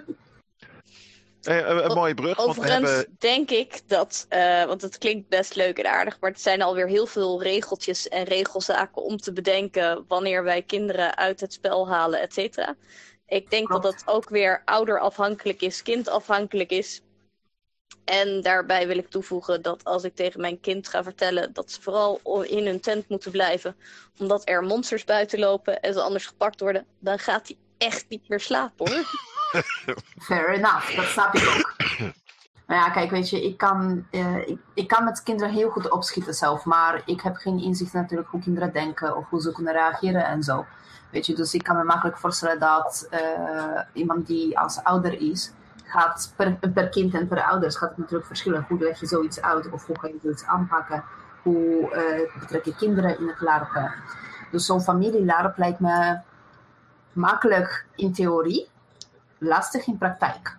Een mooie brug. Overigens denk ik dat, want het klinkt best leuk en aardig, maar het zijn alweer heel veel regeltjes en regelzaken om te bedenken wanneer wij kinderen uit het spel halen, et cetera. Ik denk dat dat ook weer ouderafhankelijk is, kindafhankelijk is. En daarbij wil ik toevoegen dat als ik tegen mijn kind ga vertellen dat ze vooral in hun tent moeten blijven, omdat er monsters buiten lopen en ze anders gepakt worden, dan gaat hij echt niet meer slapen, hoor. Fair enough, dat snap ik ook. Maar ja, kijk, weet je, ik kan met kinderen heel goed opschieten zelf, maar ik heb geen inzicht natuurlijk hoe kinderen denken of hoe ze kunnen reageren en zo. Weet je, dus ik kan me makkelijk voorstellen dat iemand die als ouder is, gaat per kind en per ouders gaat het natuurlijk verschillen. Hoe leg je zoiets uit of hoe ga je zoiets aanpakken? Hoe betrek je kinderen in het larpen? Dus zo'n familielarp lijkt me makkelijk in theorie, lastig in praktijk.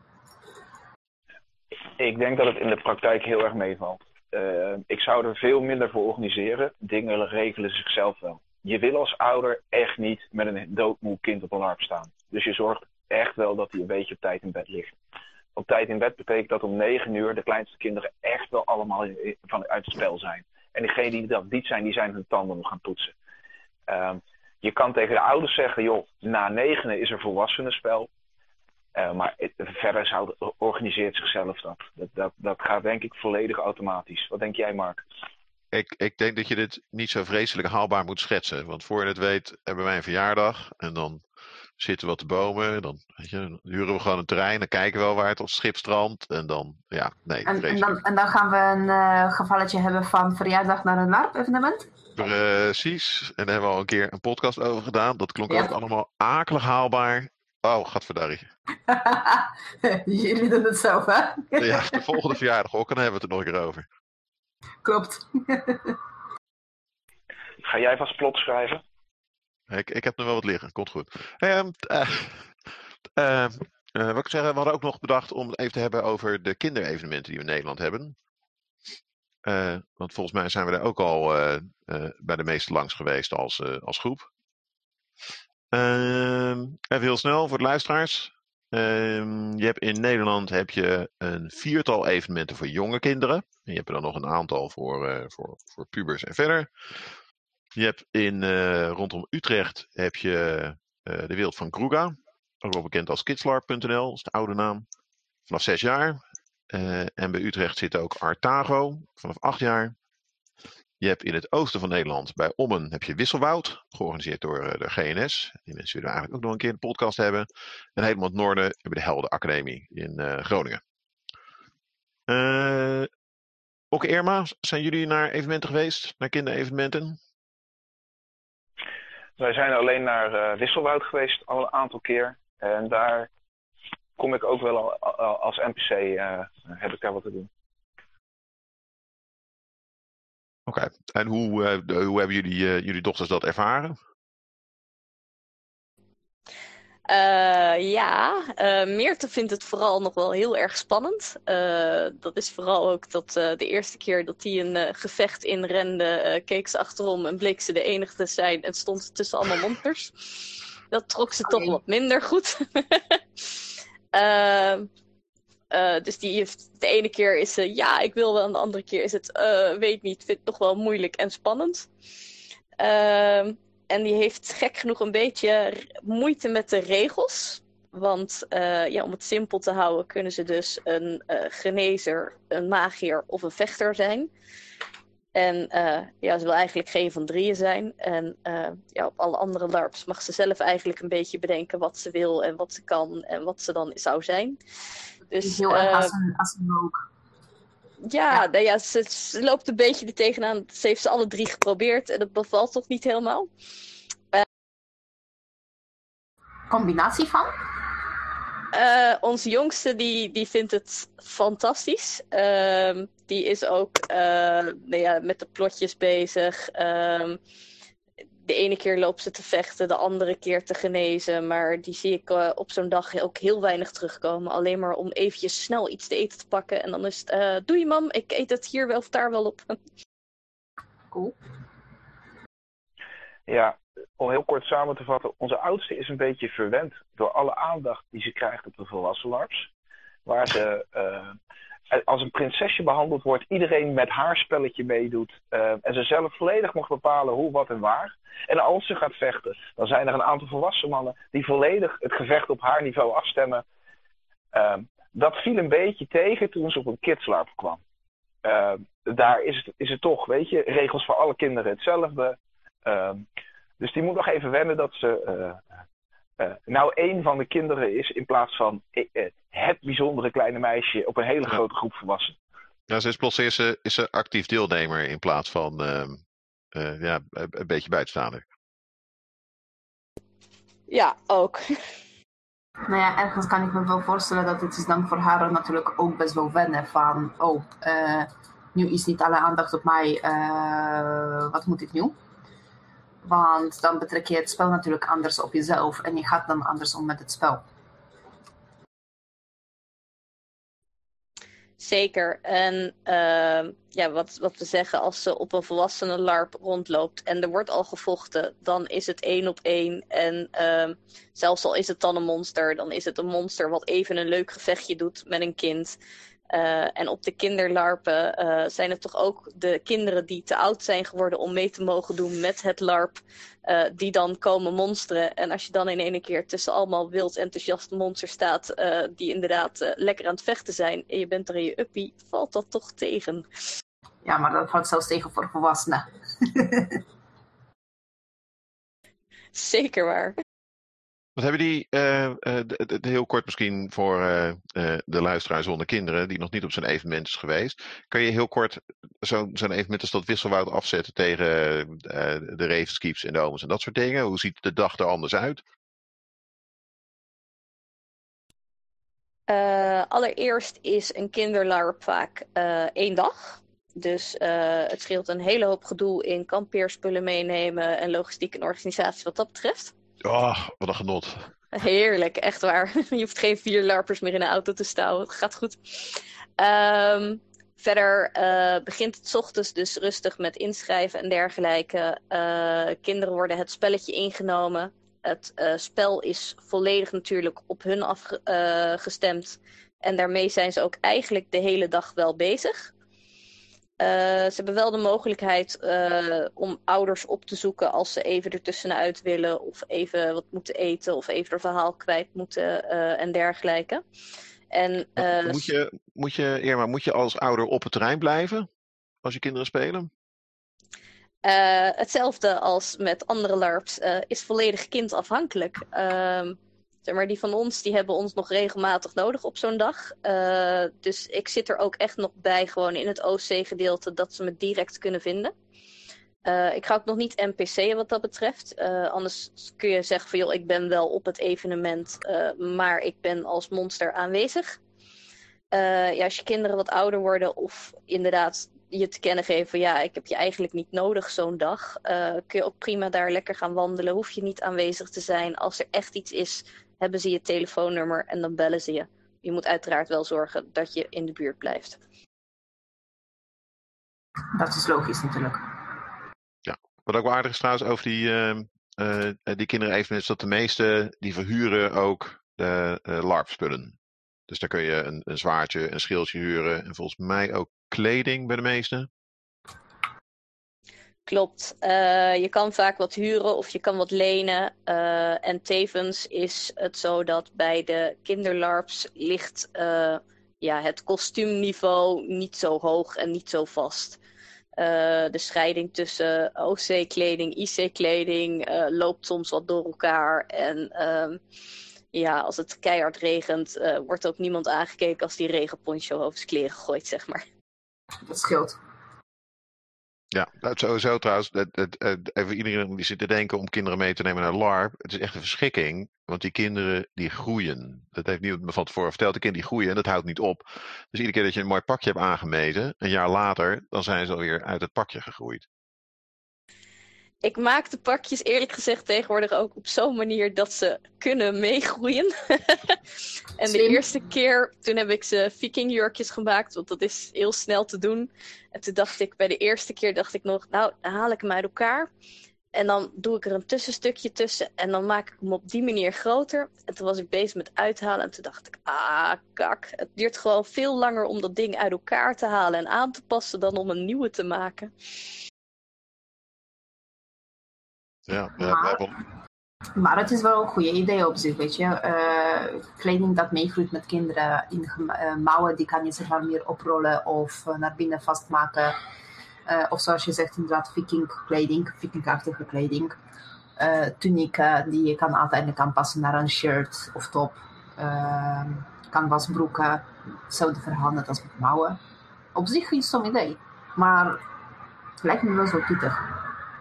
Ik denk dat het in de praktijk heel erg meevalt. Ik zou er veel minder voor organiseren. Dingen regelen zichzelf wel. Je wil als ouder echt niet met een doodmoe kind op een larp staan. Dus je zorgt echt wel dat hij een beetje op tijd in bed ligt. Op tijd in bed betekent dat om 9 uur de kleinste kinderen echt wel allemaal uit het spel zijn. En diegenen die dat niet zijn, die zijn hun tanden nog gaan poetsen. Je kan tegen de ouders zeggen, joh, na 9 is er volwassenenspel. Maar verder organiseert zichzelf dat. Dat gaat denk ik volledig automatisch. Wat denk jij, Mark? Ik denk dat je dit niet zo vreselijk haalbaar moet schetsen. Want voor je het weet hebben wij een verjaardag. En dan zitten we op de bomen. Dan huren we gewoon een terrein. Dan kijken we wel waar het op schip strandt. En dan, ja, nee. En dan gaan we een gevalletje hebben van verjaardag naar een LARP-evenement? Precies. En daar hebben we al een keer een podcast over gedaan. Dat klonk ook allemaal akelig haalbaar. Oh, gadverdarrie. Jullie doen het zelf, hè? Ja, de volgende verjaardag ook. En dan hebben we het er nog een keer over. Klopt. Ga jij vast plot schrijven? Ik heb nog wel wat liggen. Komt goed. Wat ik zeggen, we hadden ook nog bedacht om het even te hebben over de kinderevenementen die we in Nederland hebben. Want volgens mij zijn we daar ook al bij de meeste langs geweest als groep. Even heel snel voor de luisteraars. Je hebt in Nederland een 4-tal evenementen voor jonge kinderen. En je hebt er dan nog een aantal voor pubers en verder. Je hebt rondom Utrecht heb je de wereld van Kruga. Ook wel bekend als kidslarp.nl, dat is de oude naam. Vanaf 6 jaar. En bij Utrecht zit ook Artago, vanaf 8 jaar. Je hebt in het oosten van Nederland, bij Ommen, heb je Wisselwoud, georganiseerd door de GNS. Die mensen willen eigenlijk ook nog een keer een podcast hebben. En helemaal in het noorden hebben we de Helden Academie in Groningen. Okke Irma, zijn jullie naar evenementen geweest? Naar kinderevenementen? Wij zijn alleen naar Wisselwoud geweest, al een aantal keer. En daar kom ik ook wel als NPC, heb ik daar wat te doen. Oké. En hoe hebben jullie dochters dat ervaren? Meerte vindt het vooral nog wel heel erg spannend. Dat is vooral ook dat de eerste keer dat hij een gevecht inrende, keek ze achterom en bleek ze de enige te zijn en stond ze tussen allemaal monsters. Dat trok ze toch wat minder goed. Dus die heeft, de ene keer is ze ja, ik wil wel, en de andere keer is het weet niet, vind het nog wel moeilijk en spannend. En die heeft gek genoeg een beetje moeite met de regels. Want om het simpel te houden kunnen ze dus een genezer, een magier of een vechter zijn. En ze wil eigenlijk geen van drieën zijn. En op alle andere LARPs mag ze zelf eigenlijk een beetje bedenken wat ze wil en wat ze kan en wat ze dan zou zijn. Dus, heel erg als een rogue. Nou ja, ze loopt een beetje er tegenaan. Ze heeft ze alle 3 geprobeerd en dat bevalt toch niet helemaal. Combinatie van? Onze jongste die vindt het fantastisch. Die is ook met de plotjes bezig. De ene keer loopt ze te vechten, de andere keer te genezen. Maar die zie ik op zo'n dag ook heel weinig terugkomen. Alleen maar om eventjes snel iets te eten te pakken. En dan is het, doei mam, ik eet het hier wel of daar wel op. Cool. Ja, om heel kort samen te vatten. Onze oudste is een beetje verwend door alle aandacht die ze krijgt op de volwassen LARPs. Waar ze als een prinsesje behandeld wordt. Iedereen met haar spelletje meedoet. En ze zelf volledig mag bepalen hoe, wat en waar. En als ze gaat vechten, dan zijn er een aantal volwassen mannen die volledig het gevecht op haar niveau afstemmen. Dat viel een beetje tegen toen ze op een kidslarp kwam. Daar is het toch, weet je, regels voor alle kinderen hetzelfde. Dus die moet nog even wennen dat ze nou één van de kinderen is in plaats van het bijzondere kleine meisje op een hele grote groep volwassenen. Ja, ze is plots is ze actief deelnemer in plaats van een beetje buitenstaander. Ja, ook. Nou ja, ergens kan ik me wel voorstellen dat het is dan voor haar natuurlijk ook best wel wennen van, nu is niet alle aandacht op mij, wat moet ik nu? Want dan betrek je het spel natuurlijk anders op jezelf en je gaat dan anders om met het spel. Zeker. En wat we zeggen, als ze op een volwassene LARP rondloopt en er wordt al gevochten, dan is het 1 op 1. En zelfs al is het dan een monster, dan is het een monster wat even een leuk gevechtje doet met een kind. En op de kinderlarpen zijn het toch ook de kinderen die te oud zijn geworden om mee te mogen doen met het LARP, die dan komen monsteren. En als je dan in één keer tussen allemaal wild enthousiaste monsters staat, die inderdaad lekker aan het vechten zijn, en je bent er in je uppie, valt dat toch tegen. Ja, maar dat valt zelfs tegen voor volwassenen. Zeker waar. Wat hebben die, heel kort misschien voor de luisteraar zonder kinderen, die nog niet op zo'n evenement is geweest. Kan je heel kort zo'n evenement als dat Wisselwoud afzetten tegen de Ravenskeeps en de Omens en dat soort dingen? Hoe ziet de dag er anders uit? Allereerst is een kinderlarp vaak 1 dag. Dus het scheelt een hele hoop gedoe in kampeerspullen meenemen en logistiek en organisatie wat dat betreft. Oh, wat een genot. Heerlijk, echt waar. Je hoeft geen 4 larpers meer in een auto te stouwen. Het gaat goed. Verder begint het 's ochtends dus rustig met inschrijven en dergelijke. Kinderen worden het spelletje ingenomen. Het spel is volledig natuurlijk op hun afgestemd. En daarmee zijn ze ook eigenlijk de hele dag wel bezig. Ze hebben wel de mogelijkheid om ouders op te zoeken als ze even ertussenuit willen of even wat moeten eten of even een verhaal kwijt moeten en dergelijke. En, moet je als ouder op het terrein blijven als je kinderen spelen? Hetzelfde als met andere LARPs is volledig kindafhankelijk. Zeg maar, die van ons die hebben ons nog regelmatig nodig op zo'n dag. Dus ik zit er ook echt nog bij gewoon in het OC-gedeelte dat ze me direct kunnen vinden. Ik ga ook nog niet NPC'en wat dat betreft. Anders kun je zeggen van joh, ik ben wel op het evenement, maar ik ben als monster aanwezig. Als je kinderen wat ouder worden of inderdaad je te kennen geven van ja, ik heb je eigenlijk niet nodig zo'n dag. Kun je ook prima daar lekker gaan wandelen. Hoef je niet aanwezig te zijn. Als er echt iets is, hebben ze je telefoonnummer en dan bellen ze je. Je moet uiteraard wel zorgen dat je in de buurt blijft. Dat is logisch natuurlijk. Ja, wat ook wel aardig is trouwens over die kinderen even is dat de meeste die verhuren ook de LARP-spullen. Dus dan kun je een zwaardje, een schildje huren en volgens mij ook kleding bij de meeste. Klopt. Je kan vaak wat huren of je kan wat lenen. En tevens is het zo dat bij de kinderlarps ligt het kostuumniveau niet zo hoog en niet zo vast. De scheiding tussen OC-kleding, IC-kleding loopt soms wat door elkaar. En als het keihard regent, wordt ook niemand aangekeken als die regenponcho over zijn kleren gooit, zeg maar. Dat scheelt. Ja, dat sowieso trouwens. Even iedereen die zit te denken om kinderen mee te nemen naar LARP. Het is echt een verschrikking. Want die kinderen die groeien. Dat heeft niemand me van tevoren verteld. De kinderen die groeien en dat houdt niet op. Dus iedere keer dat je een mooi pakje hebt aangemeten. Een jaar later, dan zijn ze alweer uit het pakje gegroeid. Ik maak de pakjes eerlijk gezegd tegenwoordig ook op zo'n manier dat ze kunnen meegroeien. En de eerste keer, toen heb ik ze vikingjurkjes gemaakt, want dat is heel snel te doen. En toen dacht ik, bij de eerste keer dacht ik nog, nou, dan haal ik hem uit elkaar. En dan doe ik er een tussenstukje tussen en dan maak ik hem op die manier groter. En toen was ik bezig met uithalen en toen dacht ik, kak. Het duurt gewoon veel langer om dat ding uit elkaar te halen en aan te passen dan om een nieuwe te maken. Ja, Maar het is wel een goede idee op zich, weet je. Kleding dat meegroeit met kinderen in mouwen, die kan je zeg maar meer oprollen of naar binnen vastmaken. Of zoals je zegt, inderdaad vikingachtige kleding. Tunieken die je kan uiteindelijk aanpassen naar een shirt of top. Canvasbroeken, hetzelfde verhalen als met mouwen. Op zich geen stom idee, maar het lijkt me wel zo pittig.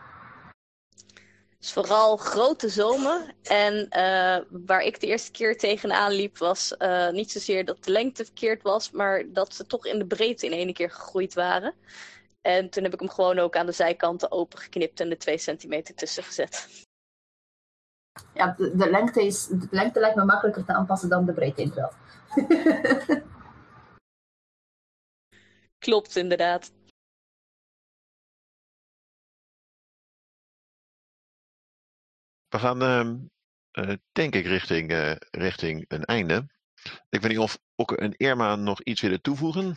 Dus vooral grote zomen. En waar ik de eerste keer tegenaan liep was niet zozeer dat de lengte verkeerd was, maar dat ze toch in de breedte in één keer gegroeid waren. En toen heb ik hem gewoon ook aan de zijkanten opengeknipt en de 2 centimeter tussen gezet. Ja, de lengte lijkt me makkelijker te aanpassen dan de breedte inderdaad. Klopt, inderdaad. We gaan denk ik richting een einde. Ik weet niet of Okke en Irma nog iets willen toevoegen.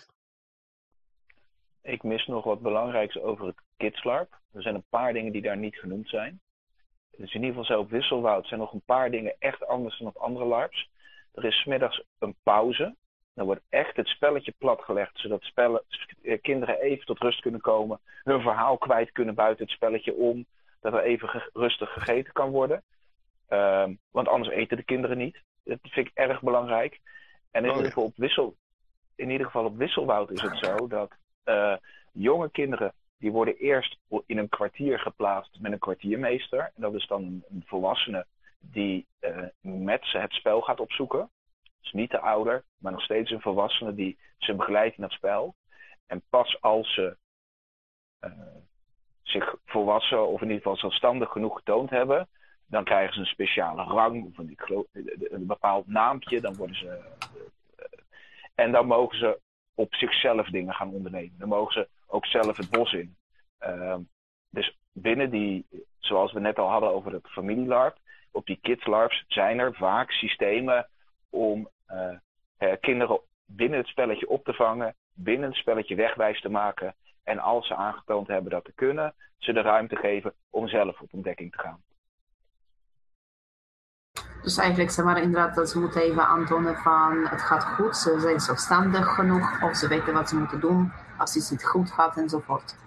Ik mis nog wat belangrijks over het kidslarp. Er zijn een paar dingen die daar niet genoemd zijn. Dus in ieder geval zo op Wisselwoud zijn nog een paar dingen echt anders dan op andere larps. Er is 's middags een pauze. Dan wordt echt het spelletje platgelegd, zodat kinderen even tot rust kunnen komen. Hun verhaal kwijt kunnen buiten het spelletje om. Dat er even rustig gegeten kan worden. Want anders eten de kinderen niet. Dat vind ik erg belangrijk. En in ieder geval op Wisselwoud is het zo dat jonge kinderen die worden eerst in een kwartier geplaatst met een kwartiermeester. En dat is dan een volwassene die met ze het spel gaat opzoeken. Dus niet de ouder, maar nog steeds een volwassene die ze begeleidt in dat spel. En pas als ze zich volwassen of in ieder geval zelfstandig genoeg getoond hebben, dan krijgen ze een speciale rang of een bepaald naampje. Dan worden ze, en dan mogen ze op zichzelf dingen gaan ondernemen. Dan mogen ze ook zelf het bos in. Dus binnen die, zoals we net al hadden over het familielarp, op die kidslarps zijn er vaak systemen om kinderen binnen het spelletje op te vangen, binnen het spelletje wegwijs te maken. En als ze aangetoond hebben dat te kunnen, ze de ruimte geven om zelf op ontdekking te gaan. Dus eigenlijk zeg maar inderdaad dat ze moeten even aantonen van het gaat goed, ze zijn zelfstandig genoeg of ze weten wat ze moeten doen als iets niet goed gaat enzovoort.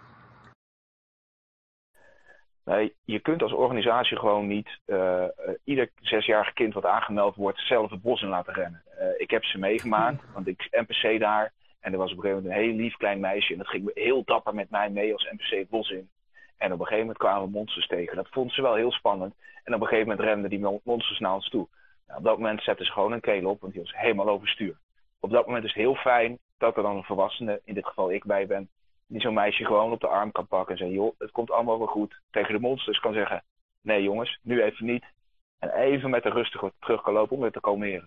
Nee, je kunt als organisatie gewoon niet ieder 6-jarig kind wat aangemeld wordt zelf het bos in laten rennen. Ik heb ze meegemaakt, want ik NPC daar en er was op een gegeven moment een heel lief klein meisje en dat ging heel dapper met mij mee als NPC het bos in. En op een gegeven moment kwamen monsters tegen. Dat vond ze wel heel spannend. En op een gegeven moment renden die monsters naar ons toe. Nou, op dat moment zetten ze gewoon een keel op, want die was helemaal overstuur. Op dat moment is het heel fijn dat er dan een volwassene, in dit geval ik, bij ben, die zo'n meisje gewoon op de arm kan pakken en zeggen, joh, het komt allemaal wel goed. Tegen de monsters kan zeggen, nee jongens, nu even niet. En even met de rustig terug kan lopen om weer te kalmeren.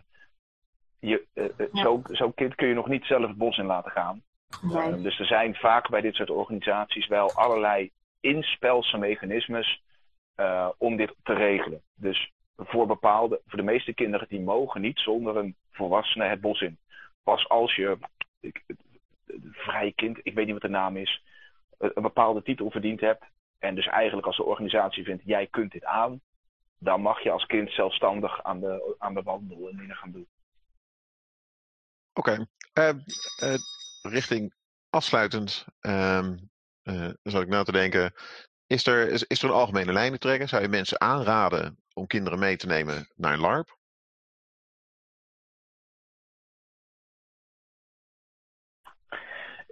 Zo'n kind kun je nog niet zelf het bos in laten gaan. Nee. Dus er zijn vaak bij dit soort organisaties wel allerlei inspelse mechanismes om dit te regelen. Dus voor de meeste kinderen die mogen niet zonder een volwassene het bos in. Pas als je, vrij kind, ik weet niet wat de naam is, een bepaalde titel verdiend hebt. En dus eigenlijk als de organisatie vindt, jij kunt dit aan. Dan mag je als kind zelfstandig aan de wandel en dingen gaan doen. Oké. Richting afsluitend zal ik na te denken. Is er een algemene lijn te trekken? Zou je mensen aanraden om kinderen mee te nemen naar een LARP?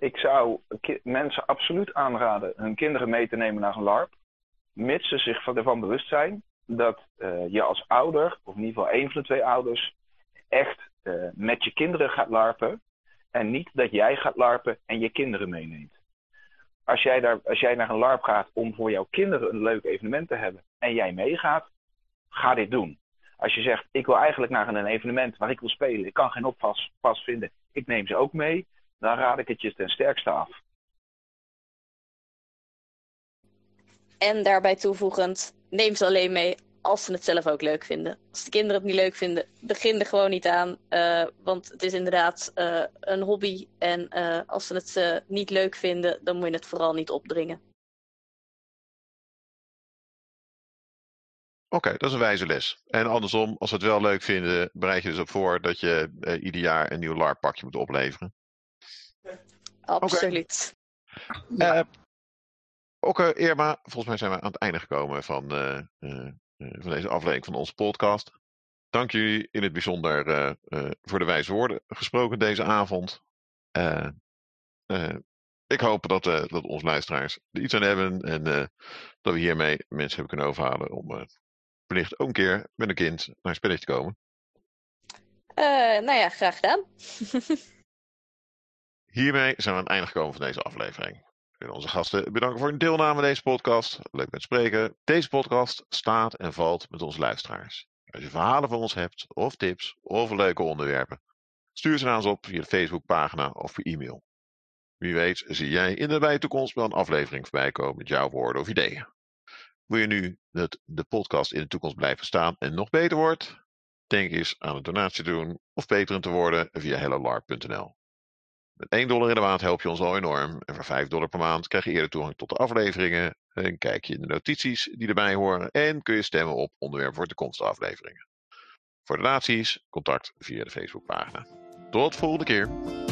ik zou mensen absoluut aanraden hun kinderen mee te nemen naar een LARP. Mits ze zich ervan bewust zijn dat je als ouder, of in ieder geval één van de 2 ouders, echt met je kinderen gaat LARPen. En niet dat jij gaat LARPen en je kinderen meeneemt. Als jij naar een LARP gaat om voor jouw kinderen een leuk evenement te hebben en jij meegaat, ga dit doen. Als je zegt, ik wil eigenlijk naar een evenement waar ik wil spelen, ik kan geen oppas vinden, ik neem ze ook mee, dan raad ik het je ten sterkste af. En daarbij toevoegend, neem ze alleen mee als ze het zelf ook leuk vinden. Als de kinderen het niet leuk vinden, begin er gewoon niet aan. Want het is inderdaad een hobby. En als ze het niet leuk vinden, dan moet je het vooral niet opdringen. Oké, dat is een wijze les. En andersom, als ze het wel leuk vinden, bereid je dus op voor dat je ieder jaar een nieuw LARP-pakje moet opleveren. Absoluut. Irma, volgens mij zijn we aan het einde gekomen van deze aflevering van onze podcast. Dank jullie in het bijzonder voor de wijze woorden gesproken deze avond. Ik hoop dat onze luisteraars er iets aan hebben en dat we hiermee mensen hebben kunnen overhalen om wellicht ook een keer met een kind naar een spelletje te komen. Nou ja, graag gedaan. Hiermee zijn we aan het einde gekomen van deze aflevering. Ik wil onze gasten bedanken voor hun deelname aan deze podcast. Leuk met spreken. Deze podcast staat en valt met onze luisteraars. Als je verhalen van ons hebt, of tips, of leuke onderwerpen, stuur ze naar ons op via de Facebookpagina of via e-mail. Wie weet zie jij in de nabije toekomst wel een aflevering voorbij komen met jouw woorden of ideeën. Wil je nu dat de podcast in de toekomst blijft bestaan en nog beter wordt? Denk eens aan een donatie te doen of beter te worden via hellolarp.nl. Met $1 in de maand help je ons al enorm. En voor $5 per maand krijg je eerder toegang tot de afleveringen. En kijk je in de notities die erbij horen. En kun je stemmen op onderwerpen voor toekomstige afleveringen. Voor donaties, contact via de Facebookpagina. Tot volgende keer.